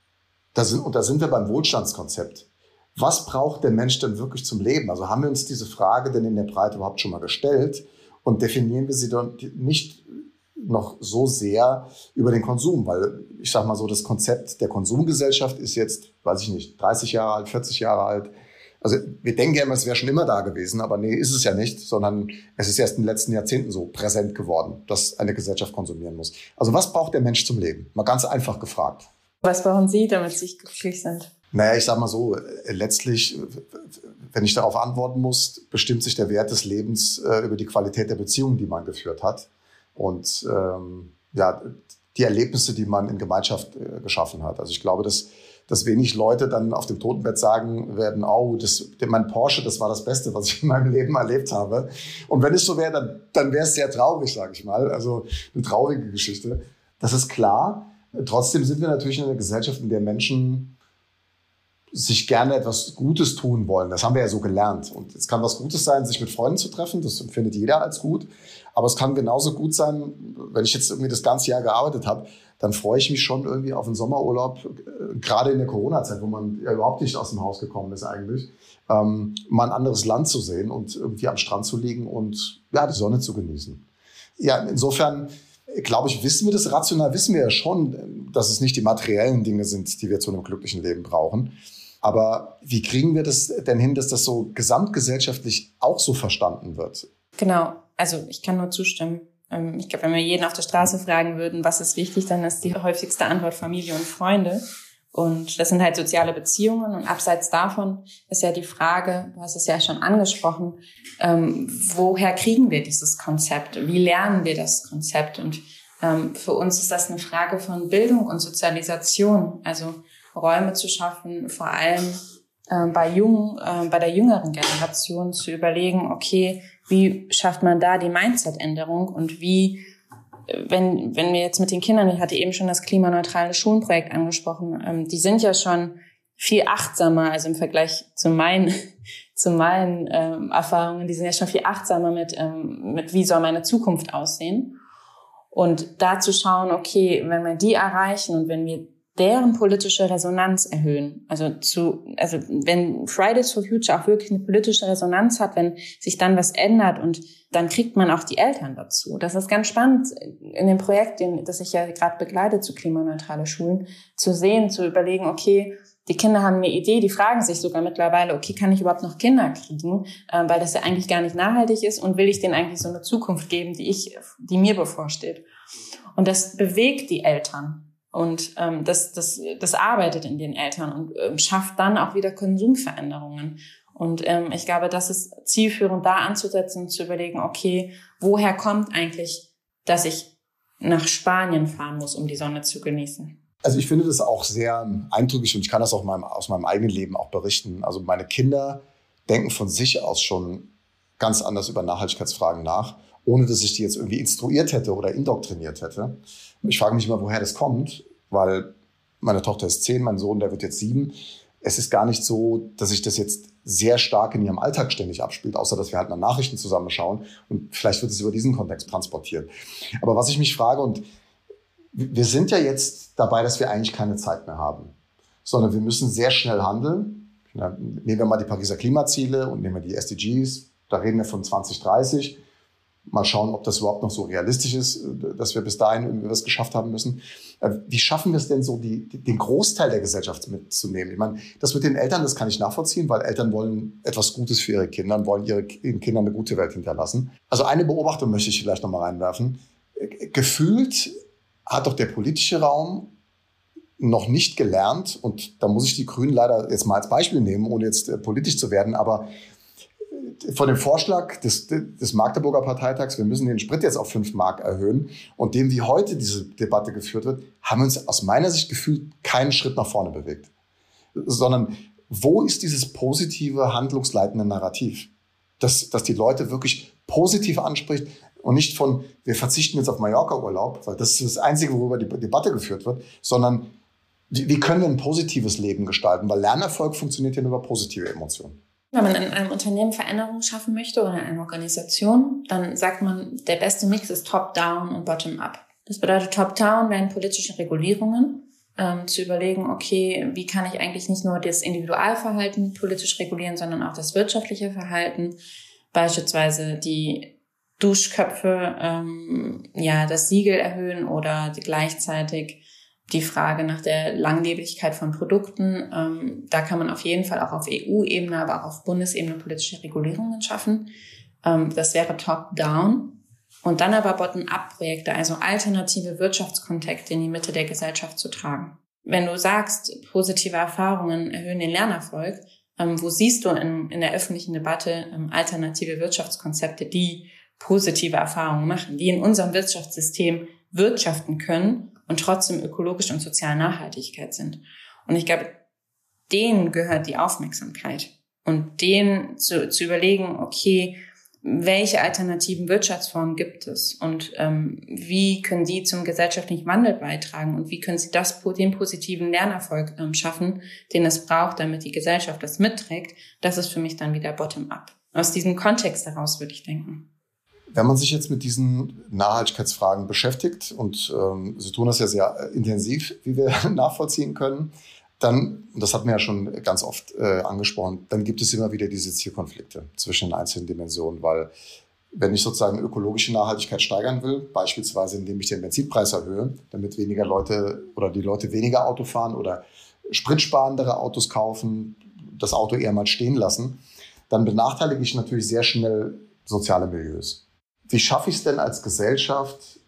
Speaker 3: da sind, und da sind wir beim Wohlstandskonzept. Was braucht der Mensch denn wirklich zum Leben? Also haben wir uns diese Frage denn in der Breite überhaupt schon mal gestellt? Und definieren wir sie dann nicht noch so sehr über den Konsum, weil ich sage mal so, das Konzept der Konsumgesellschaft ist jetzt, weiß ich nicht, dreißig Jahre alt, vierzig Jahre alt. Also wir denken ja immer, es wäre schon immer da gewesen, aber nee, ist es ja nicht, sondern es ist erst in den letzten Jahrzehnten so präsent geworden, dass eine Gesellschaft konsumieren muss. Also was braucht der Mensch zum Leben? Mal ganz einfach gefragt.
Speaker 2: Was brauchen Sie, damit Sie glücklich sind?
Speaker 3: Naja, ich sage mal so, letztlich, wenn ich darauf antworten muss, bestimmt sich der Wert des Lebens äh, über die Qualität der Beziehungen, die man geführt hat. Und ähm, ja, die Erlebnisse, die man in Gemeinschaft äh, geschaffen hat. Also ich glaube, dass, dass wenig Leute dann auf dem Totenbett sagen werden, oh, das, mein Porsche, das war das Beste, was ich in meinem Leben erlebt habe. Und wenn es so wäre, dann, dann wäre es sehr traurig, sage ich mal. Also eine traurige Geschichte. Das ist klar. Trotzdem sind wir natürlich in einer Gesellschaft, in der Menschen sich gerne etwas Gutes tun wollen. Das haben wir ja so gelernt. Und es kann was Gutes sein, sich mit Freunden zu treffen. Das empfindet jeder als gut. Aber es kann genauso gut sein, wenn ich jetzt irgendwie das ganze Jahr gearbeitet habe, dann freue ich mich schon irgendwie auf einen Sommerurlaub, gerade in der Corona-Zeit, wo man ja überhaupt nicht aus dem Haus gekommen ist eigentlich, ähm, mal ein anderes Land zu sehen und irgendwie am Strand zu liegen und ja, die Sonne zu genießen. Ja, insofern glaube ich, wissen wir das, rational wissen wir ja schon, dass es nicht die materiellen Dinge sind, die wir zu einem glücklichen Leben brauchen. Aber wie kriegen wir das denn hin, dass das so gesamtgesellschaftlich auch so verstanden wird?
Speaker 2: Genau, also ich kann nur zustimmen. Ich glaube, wenn wir jeden auf der Straße fragen würden, was ist wichtig, dann ist die häufigste Antwort Familie und Freunde. Und das sind halt soziale Beziehungen. Und abseits davon ist ja die Frage, du hast es ja schon angesprochen, ähm, woher kriegen wir dieses Konzept? Wie lernen wir das Konzept? Und ähm, für uns ist das eine Frage von Bildung und Sozialisation. Also Räume zu schaffen, vor allem äh, bei jungen, äh, bei der jüngeren Generation zu überlegen, okay, wie schafft man da die Mindset-Änderung und wie, wenn wenn wir jetzt mit den Kindern, ich hatte eben schon das klimaneutrale Schulenprojekt angesprochen, ähm, die sind ja schon viel achtsamer, also im Vergleich zu meinen zu meinen ähm, Erfahrungen, die sind ja schon viel achtsamer mit ähm, mit wie soll meine Zukunft aussehen und da zu schauen, okay, wenn wir die erreichen und wenn wir deren politische Resonanz erhöhen. Also zu, also wenn Fridays for Future auch wirklich eine politische Resonanz hat, wenn sich dann was ändert und dann kriegt man auch die Eltern dazu. Das ist ganz spannend in dem Projekt, den, das ich ja gerade begleite zu klimaneutrale Schulen, zu sehen, zu überlegen, okay, Die Kinder haben eine Idee, die fragen sich sogar mittlerweile, okay, kann ich überhaupt noch Kinder kriegen, äh, weil das ja eigentlich gar nicht nachhaltig ist und will ich denen eigentlich so eine Zukunft geben, die ich, die mir bevorsteht. Und das bewegt die Eltern und ähm, das, das, das arbeitet in den Eltern und ähm, schafft dann auch wieder Konsumveränderungen. Und ähm, ich glaube, das ist zielführend, da anzusetzen und zu überlegen, okay, woher kommt eigentlich, dass ich nach Spanien fahren muss, um die Sonne zu genießen?
Speaker 3: Also ich finde das auch sehr eindrücklich und ich kann das auch meinem, aus meinem eigenen Leben auch berichten. Also meine Kinder denken von sich aus schon ganz anders über Nachhaltigkeitsfragen nach, ohne dass ich die jetzt irgendwie instruiert hätte oder indoktriniert hätte. Ich frage mich immer, woher das kommt, weil meine Tochter ist zehn, mein Sohn, der wird jetzt sieben. Es ist gar nicht so, dass sich das jetzt sehr stark in ihrem Alltag ständig abspielt, außer dass wir halt mal Nachrichten zusammenschauen und vielleicht wird es über diesen Kontext transportiert. Aber was ich mich frage, und wir sind ja jetzt dabei, dass wir eigentlich keine Zeit mehr haben, sondern wir müssen sehr schnell handeln. Nehmen wir mal die Pariser Klimaziele und nehmen wir die S D Gs, da reden wir von zwanzig dreißig. Mal schauen, ob das überhaupt noch so realistisch ist, dass wir bis dahin irgendwie was geschafft haben müssen. Wie schaffen wir es denn so, die, den Großteil der Gesellschaft mitzunehmen? Ich meine, das mit den Eltern, das kann ich nachvollziehen, weil Eltern wollen etwas Gutes für ihre Kinder und wollen ihre, ihren Kindern eine gute Welt hinterlassen. Also eine Beobachtung möchte ich vielleicht noch mal reinwerfen. Gefühlt hat doch der politische Raum noch nicht gelernt, und da muss ich die Grünen leider jetzt mal als Beispiel nehmen, ohne jetzt äh, politisch zu werden, aber von dem Vorschlag des, des Magdeburger Parteitags, wir müssen den Sprit jetzt auf fünf Mark erhöhen, und dem, wie heute diese Debatte geführt wird, haben wir uns aus meiner Sicht gefühlt keinen Schritt nach vorne bewegt. Sondern wo ist dieses positive, handlungsleitende Narrativ, das, das die Leute wirklich positiv anspricht und nicht von, wir verzichten jetzt auf Mallorca-Urlaub, weil das ist das Einzige, worüber die Debatte geführt wird, sondern wie können wir ein positives Leben gestalten? Weil Lernerfolg funktioniert ja nur über positive Emotionen.
Speaker 2: Wenn man in einem Unternehmen Veränderungen schaffen möchte oder in einer Organisation, dann sagt man, der beste Mix ist Top-Down und Bottom-Up. Das bedeutet, Top-Down wären politische Regulierungen, ähm, zu überlegen, okay, wie kann ich eigentlich nicht nur das Individualverhalten politisch regulieren, sondern auch das wirtschaftliche Verhalten, beispielsweise die Duschköpfe, ähm, ja, das Siegel erhöhen oder die gleichzeitig die Frage nach der Langlebigkeit von Produkten. Ähm, da kann man auf jeden Fall auch auf E U-Ebene, aber auch auf Bundesebene politische Regulierungen schaffen. Ähm, das wäre Top-Down. Und dann aber Bottom-Up-Projekte, also alternative Wirtschaftskontexte in die Mitte der Gesellschaft zu tragen. Wenn du sagst, positive Erfahrungen erhöhen den Lernerfolg, ähm, wo siehst du in, in der öffentlichen Debatte ähm, alternative Wirtschaftskonzepte, die positive Erfahrungen machen, die in unserem Wirtschaftssystem wirtschaften können und trotzdem ökologisch und sozial Nachhaltigkeit sind? Und ich glaube, denen gehört die Aufmerksamkeit. Und denen zu, zu überlegen, okay, welche alternativen Wirtschaftsformen gibt es und ähm, wie können die zum gesellschaftlichen Wandel beitragen und wie können sie das, den positiven Lernerfolg ähm, schaffen, den es braucht, damit die Gesellschaft das mitträgt. Das ist für mich dann wieder Bottom-up. Aus diesem Kontext heraus würde ich denken.
Speaker 3: Wenn man sich jetzt mit diesen Nachhaltigkeitsfragen beschäftigt, und ähm, Sie tun das ja sehr intensiv, wie wir nachvollziehen können, dann, und das hatten wir ja schon ganz oft äh, angesprochen, dann gibt es immer wieder diese Zielkonflikte zwischen den einzelnen Dimensionen, weil wenn ich sozusagen ökologische Nachhaltigkeit steigern will, beispielsweise indem ich den Benzinpreis erhöhe, damit weniger Leute oder die Leute weniger Auto fahren oder spritsparendere Autos kaufen, das Auto eher mal stehen lassen, dann benachteilige ich natürlich sehr schnell soziale Milieus. Wie schaffe ich es denn als Gesellschaft,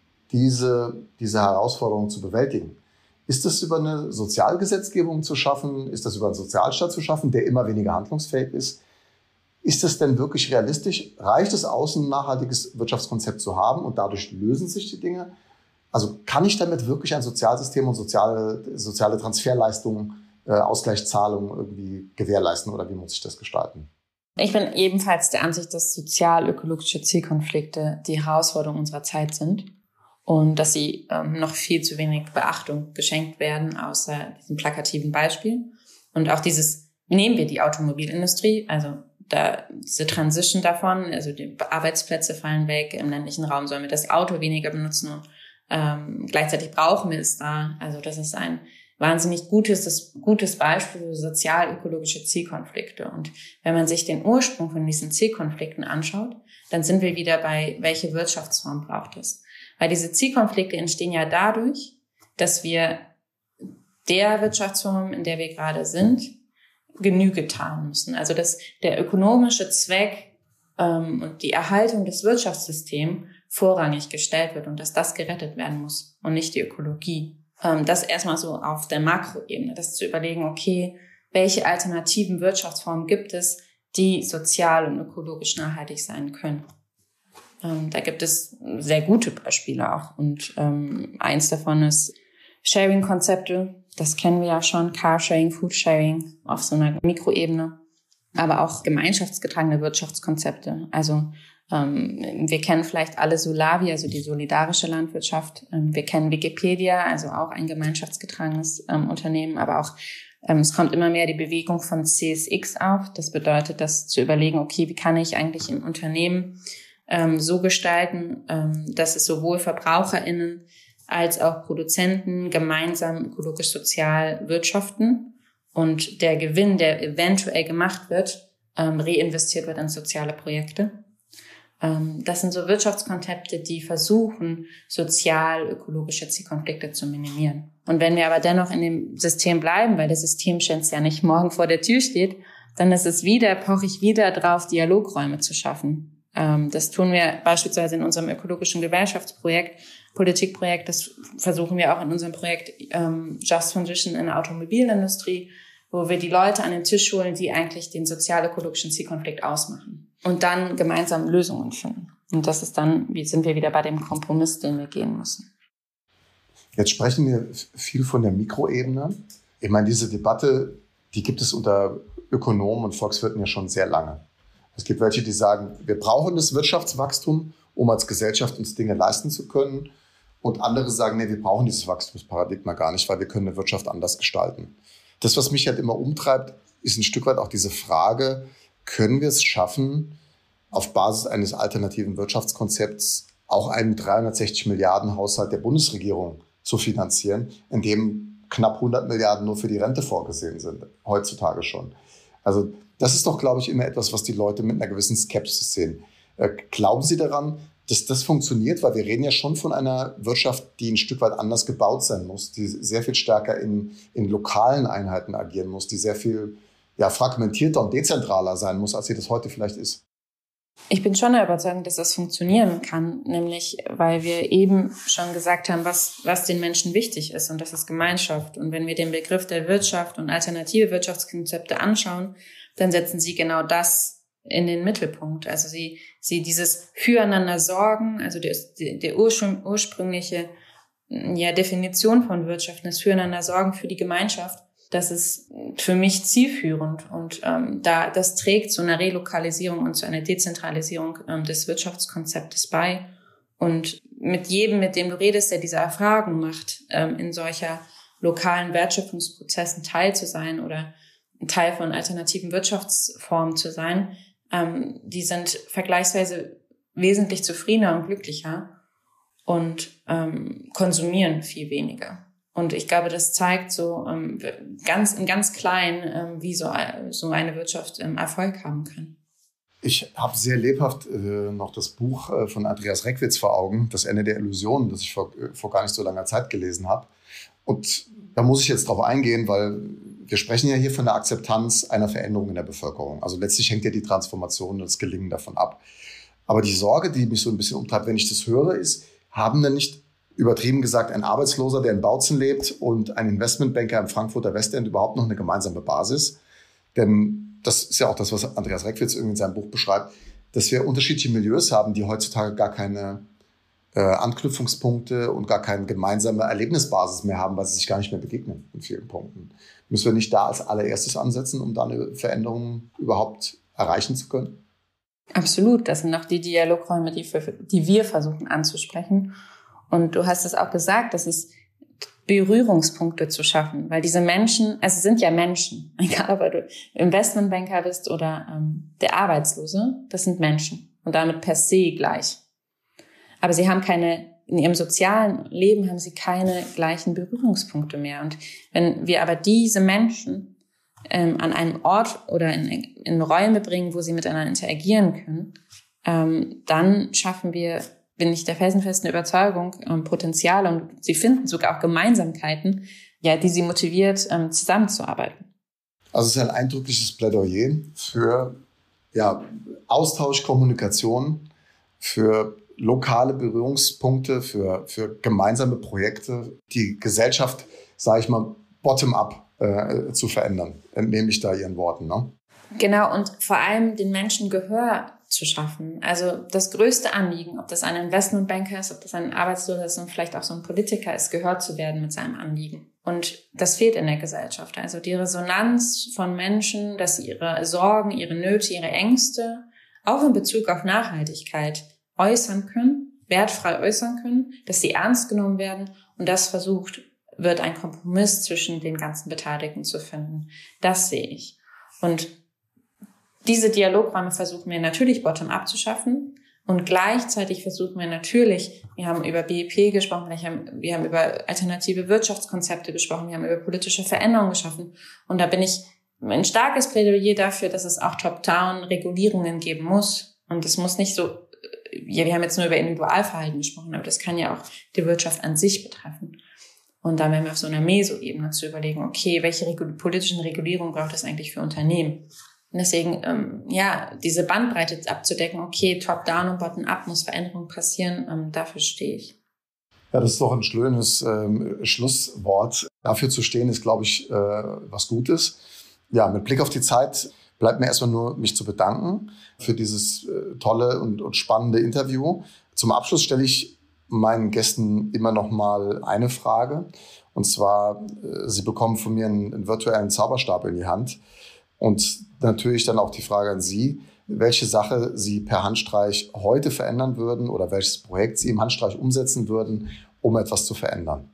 Speaker 3: diese, diese Herausforderungen zu bewältigen? Ist das über eine Sozialgesetzgebung zu schaffen? Ist das über einen Sozialstaat zu schaffen, der immer weniger handlungsfähig ist? Ist das denn wirklich realistisch? Reicht es aus, ein nachhaltiges Wirtschaftskonzept zu haben und dadurch lösen sich die Dinge? Also kann ich damit wirklich ein Sozialsystem und soziale, soziale Transferleistungen, äh, Ausgleichszahlungen irgendwie gewährleisten, oder wie muss ich das gestalten?
Speaker 2: Ich bin ebenfalls der Ansicht, dass sozial-ökologische Zielkonflikte die Herausforderung unserer Zeit sind. Und dass sie ähm, noch viel zu wenig Beachtung geschenkt werden, außer diesem plakativen Beispiel. Und auch dieses, nehmen wir die Automobilindustrie, also da diese Transition davon, also die Arbeitsplätze fallen weg, im ländlichen Raum sollen wir das Auto weniger benutzen und ähm, gleichzeitig brauchen wir es da. Also das ist ein wahnsinnig gutes, das, gutes Beispiel für sozial-ökologische Zielkonflikte. Und wenn man sich den Ursprung von diesen Zielkonflikten anschaut, dann sind wir wieder bei, welche Wirtschaftsform braucht es? Weil diese Zielkonflikte entstehen ja dadurch, dass wir der Wirtschaftsform, in der wir gerade sind, Genüge getan müssen. Also dass der ökonomische Zweck ähm, und die Erhaltung des Wirtschaftssystems vorrangig gestellt wird und dass das gerettet werden muss und nicht die Ökologie. Ähm, das erstmal so auf der Makroebene, das zu überlegen, okay, welche alternativen Wirtschaftsformen gibt es, die sozial und ökologisch nachhaltig sein können. Ähm, da gibt es sehr gute Beispiele auch und ähm, eins davon ist Sharing-Konzepte. Das kennen wir ja schon, Carsharing, Foodsharing auf so einer Mikroebene, aber auch gemeinschaftsgetragene Wirtschaftskonzepte. Also ähm, wir kennen vielleicht alle Solavi, also die solidarische Landwirtschaft. Ähm, wir kennen Wikipedia, also auch ein gemeinschaftsgetragenes ähm, Unternehmen, aber auch ähm, es kommt immer mehr die Bewegung von C S X auf. Das bedeutet, das zu überlegen, okay, wie kann ich eigentlich im Unternehmen ähm, so gestalten, ähm, dass es sowohl VerbraucherInnen als auch Produzenten gemeinsam ökologisch-sozial wirtschaften und der Gewinn, der eventuell gemacht wird, ähm, reinvestiert wird in soziale Projekte. Ähm, das sind so Wirtschaftskonzepte, die versuchen, sozial-ökologische Zielkonflikte zu minimieren. Und wenn wir aber dennoch in dem System bleiben, weil das System scheinbar ja nicht morgen vor der Tür steht, dann ist es wieder, poche ich wieder drauf, Dialogräume zu schaffen. Ähm, das tun wir beispielsweise in unserem ökologischen Gewerkschaftsprojekt, Politikprojekt, das versuchen wir auch in unserem Projekt ähm, Just Transition in der Automobilindustrie, wo wir die Leute an den Tisch holen, die eigentlich den sozial-ökologischen Zielkonflikt ausmachen und dann gemeinsam Lösungen finden. Und das ist dann, wie sind wir wieder bei dem Kompromiss, den wir gehen müssen.
Speaker 3: Jetzt sprechen wir viel von der Mikroebene. Ich meine, diese Debatte, die gibt es unter Ökonomen und Volkswirten ja schon sehr lange. Es gibt welche, die sagen, wir brauchen das Wirtschaftswachstum, um als Gesellschaft uns Dinge leisten zu können. Und andere sagen, nee, wir brauchen dieses Wachstumsparadigma gar nicht, weil wir können eine Wirtschaft anders gestalten. Das, was mich halt immer umtreibt, ist ein Stück weit auch diese Frage, können wir es schaffen, auf Basis eines alternativen Wirtschaftskonzepts auch einen dreihundertsechzig Milliarden Haushalt der Bundesregierung zu finanzieren, in dem knapp hundert Milliarden nur für die Rente vorgesehen sind, heutzutage schon. Also das ist doch, glaube ich, immer etwas, was die Leute mit einer gewissen Skepsis sehen. Äh, glauben Sie daran, dass das funktioniert? Weil wir reden ja schon von einer Wirtschaft, die ein Stück weit anders gebaut sein muss, die sehr viel stärker in, in lokalen Einheiten agieren muss, die sehr viel ja, fragmentierter und dezentraler sein muss, als sie das heute vielleicht ist.
Speaker 2: Ich bin schon der Überzeugung, dass das funktionieren kann, nämlich weil wir eben schon gesagt haben, was, was den Menschen wichtig ist, und das ist Gemeinschaft. Und wenn wir den Begriff der Wirtschaft und alternative Wirtschaftskonzepte anschauen, dann setzen sie genau das in den Mittelpunkt. Also sie, sie dieses Füreinander sorgen, also die, die, die urspr- ursprüngliche ja, Definition von Wirtschaft, das Füreinander sorgen für die Gemeinschaft, das ist für mich zielführend. Und ähm, da das trägt zu einer Relokalisierung und zu einer Dezentralisierung ähm, des Wirtschaftskonzeptes bei. Und mit jedem, mit dem du redest, der diese Erfahrung macht, ähm, in solcher lokalen Wertschöpfungsprozessen teil zu sein oder ein Teil von alternativen Wirtschaftsformen zu sein, ähm, die sind vergleichsweise wesentlich zufriedener und glücklicher und ähm, konsumieren viel weniger. Und ich glaube, das zeigt so ähm, ganz in ganz klein, ähm, wie so, so eine Wirtschaft ähm, Erfolg haben kann.
Speaker 3: Ich habe sehr lebhaft äh, noch das Buch äh, von Andreas Reckwitz vor Augen, Das Ende der Illusionen, das ich vor, äh, vor gar nicht so langer Zeit gelesen habe. Und da muss ich jetzt drauf eingehen, weil wir sprechen ja hier von der Akzeptanz einer Veränderung in der Bevölkerung. Also letztlich hängt ja die Transformation und das Gelingen davon ab. Aber die Sorge, die mich so ein bisschen umtreibt, wenn ich das höre, ist, haben denn nicht übertrieben gesagt ein Arbeitsloser, der in Bautzen lebt, und ein Investmentbanker im Frankfurter Westend überhaupt noch eine gemeinsame Basis? Denn das ist ja auch das, was Andreas Reckwitz irgendwie in seinem Buch beschreibt, dass wir unterschiedliche Milieus haben, die heutzutage gar keine äh, Anknüpfungspunkte und gar keine gemeinsame Erlebnisbasis mehr haben, weil sie sich gar nicht mehr begegnen in vielen Punkten. Müssen wir nicht da als allererstes ansetzen, um da eine Veränderung überhaupt erreichen zu können?
Speaker 2: Absolut, das sind auch die Dialogräume, die, für, die wir versuchen anzusprechen. Und du hast es auch gesagt, das ist Berührungspunkte zu schaffen, weil diese Menschen, also es sind ja Menschen, egal ob du Investmentbanker bist oder ähm, der Arbeitslose, das sind Menschen und damit per se gleich. Aber sie haben keine, in ihrem sozialen Leben haben sie keine gleichen Berührungspunkte mehr. Und wenn wir aber diese Menschen ähm, an einem Ort oder in, in Räume bringen, wo sie miteinander interagieren können, ähm, dann schaffen wir, bin ich der felsenfesten Überzeugung, ähm, Potenziale, und sie finden sogar auch Gemeinsamkeiten, ja, die sie motiviert, ähm, zusammenzuarbeiten.
Speaker 3: Also es ist ein eindrückliches Plädoyer für ja, Austausch, Kommunikation, für lokale Berührungspunkte, für, für gemeinsame Projekte, die Gesellschaft, sage ich mal, bottom-up äh, zu verändern, entnehme ich da Ihren Worten, ne?
Speaker 2: Genau, und vor allem den Menschen Gehör zu schaffen. Also das größte Anliegen, ob das ein Investmentbanker ist, ob das ein Arbeitsloser ist und vielleicht auch so ein Politiker ist, gehört zu werden mit seinem Anliegen. Und das fehlt in der Gesellschaft. Also die Resonanz von Menschen, dass sie ihre Sorgen, ihre Nöte, ihre Ängste auch in Bezug auf Nachhaltigkeit äußern können, wertfrei äußern können, dass sie ernst genommen werden und das versucht wird, ein Kompromiss zwischen den ganzen Beteiligten zu finden. Das sehe ich. Und diese Dialogräume versuchen wir natürlich bottom-up zu schaffen und gleichzeitig versuchen wir natürlich, wir haben über B E P gesprochen, wir haben, wir haben über alternative Wirtschaftskonzepte gesprochen, wir haben über politische Veränderungen geschaffen und da bin ich ein starkes Plädoyer dafür, dass es auch top-down Regulierungen geben muss und es muss nicht so, ja, wir haben jetzt nur über Individualverhalten gesprochen, aber das kann ja auch die Wirtschaft an sich betreffen. Und da werden wir auf so einer Meso-Ebene zu überlegen, okay, welche regu- politischen Regulierungen braucht es eigentlich für Unternehmen? Und deswegen, ähm, ja, diese Bandbreite abzudecken, okay, top-down und bottom-up muss Veränderung passieren, ähm, dafür stehe ich.
Speaker 3: Ja, das ist doch ein schönes ähm, Schlusswort. Dafür zu stehen ist, glaube ich, äh, was Gutes. Ja, mit Blick auf die Zeit bleibt mir erstmal nur, mich zu bedanken für dieses äh, tolle und, und spannende Interview. Zum Abschluss stelle ich meinen Gästen immer noch mal eine Frage. Und zwar, äh, sie bekommen von mir einen, einen virtuellen Zauberstab in die Hand. Und natürlich dann auch die Frage an Sie, welche Sache Sie per Handstreich heute verändern würden oder welches Projekt Sie im Handstreich umsetzen würden, um etwas zu verändern.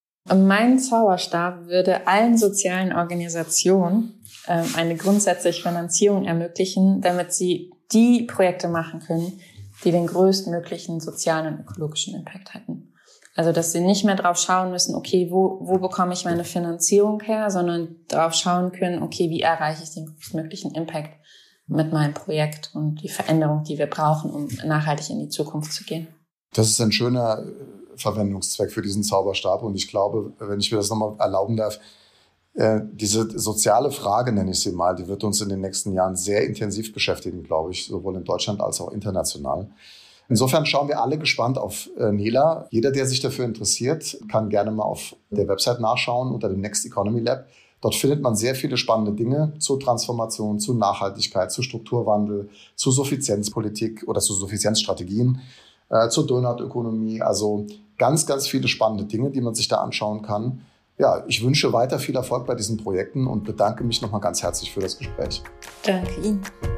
Speaker 2: Mein Zauberstab würde allen sozialen Organisationen ähm, eine grundsätzliche Finanzierung ermöglichen, damit sie die Projekte machen können, die den größtmöglichen sozialen und ökologischen Impact hätten. Also, dass sie nicht mehr drauf schauen müssen, okay, wo, wo bekomme ich meine Finanzierung her, sondern drauf schauen können, okay, wie erreiche ich den größtmöglichen Impact mit meinem Projekt und die Veränderung, die wir brauchen, um nachhaltig in die Zukunft zu gehen.
Speaker 3: Das ist ein schöner Verwendungszweck für diesen Zauberstab. Und ich glaube, wenn ich mir das nochmal erlauben darf, äh, diese soziale Frage, nenne ich sie mal, die wird uns in den nächsten Jahren sehr intensiv beschäftigen, glaube ich, sowohl in Deutschland als auch international. Insofern schauen wir alle gespannt auf äh, Nela. Jeder, der sich dafür interessiert, kann gerne mal auf der Website nachschauen unter dem Next Economy Lab. Dort findet man sehr viele spannende Dinge zur Transformation, zu Nachhaltigkeit, zu Strukturwandel, zu Suffizienzpolitik oder zu Suffizienzstrategien, äh, zur Donut-Ökonomie. Also ganz, ganz viele spannende Dinge, die man sich da anschauen kann. Ja, ich wünsche weiter viel Erfolg bei diesen Projekten und bedanke mich nochmal ganz herzlich für das Gespräch.
Speaker 2: Danke Ihnen.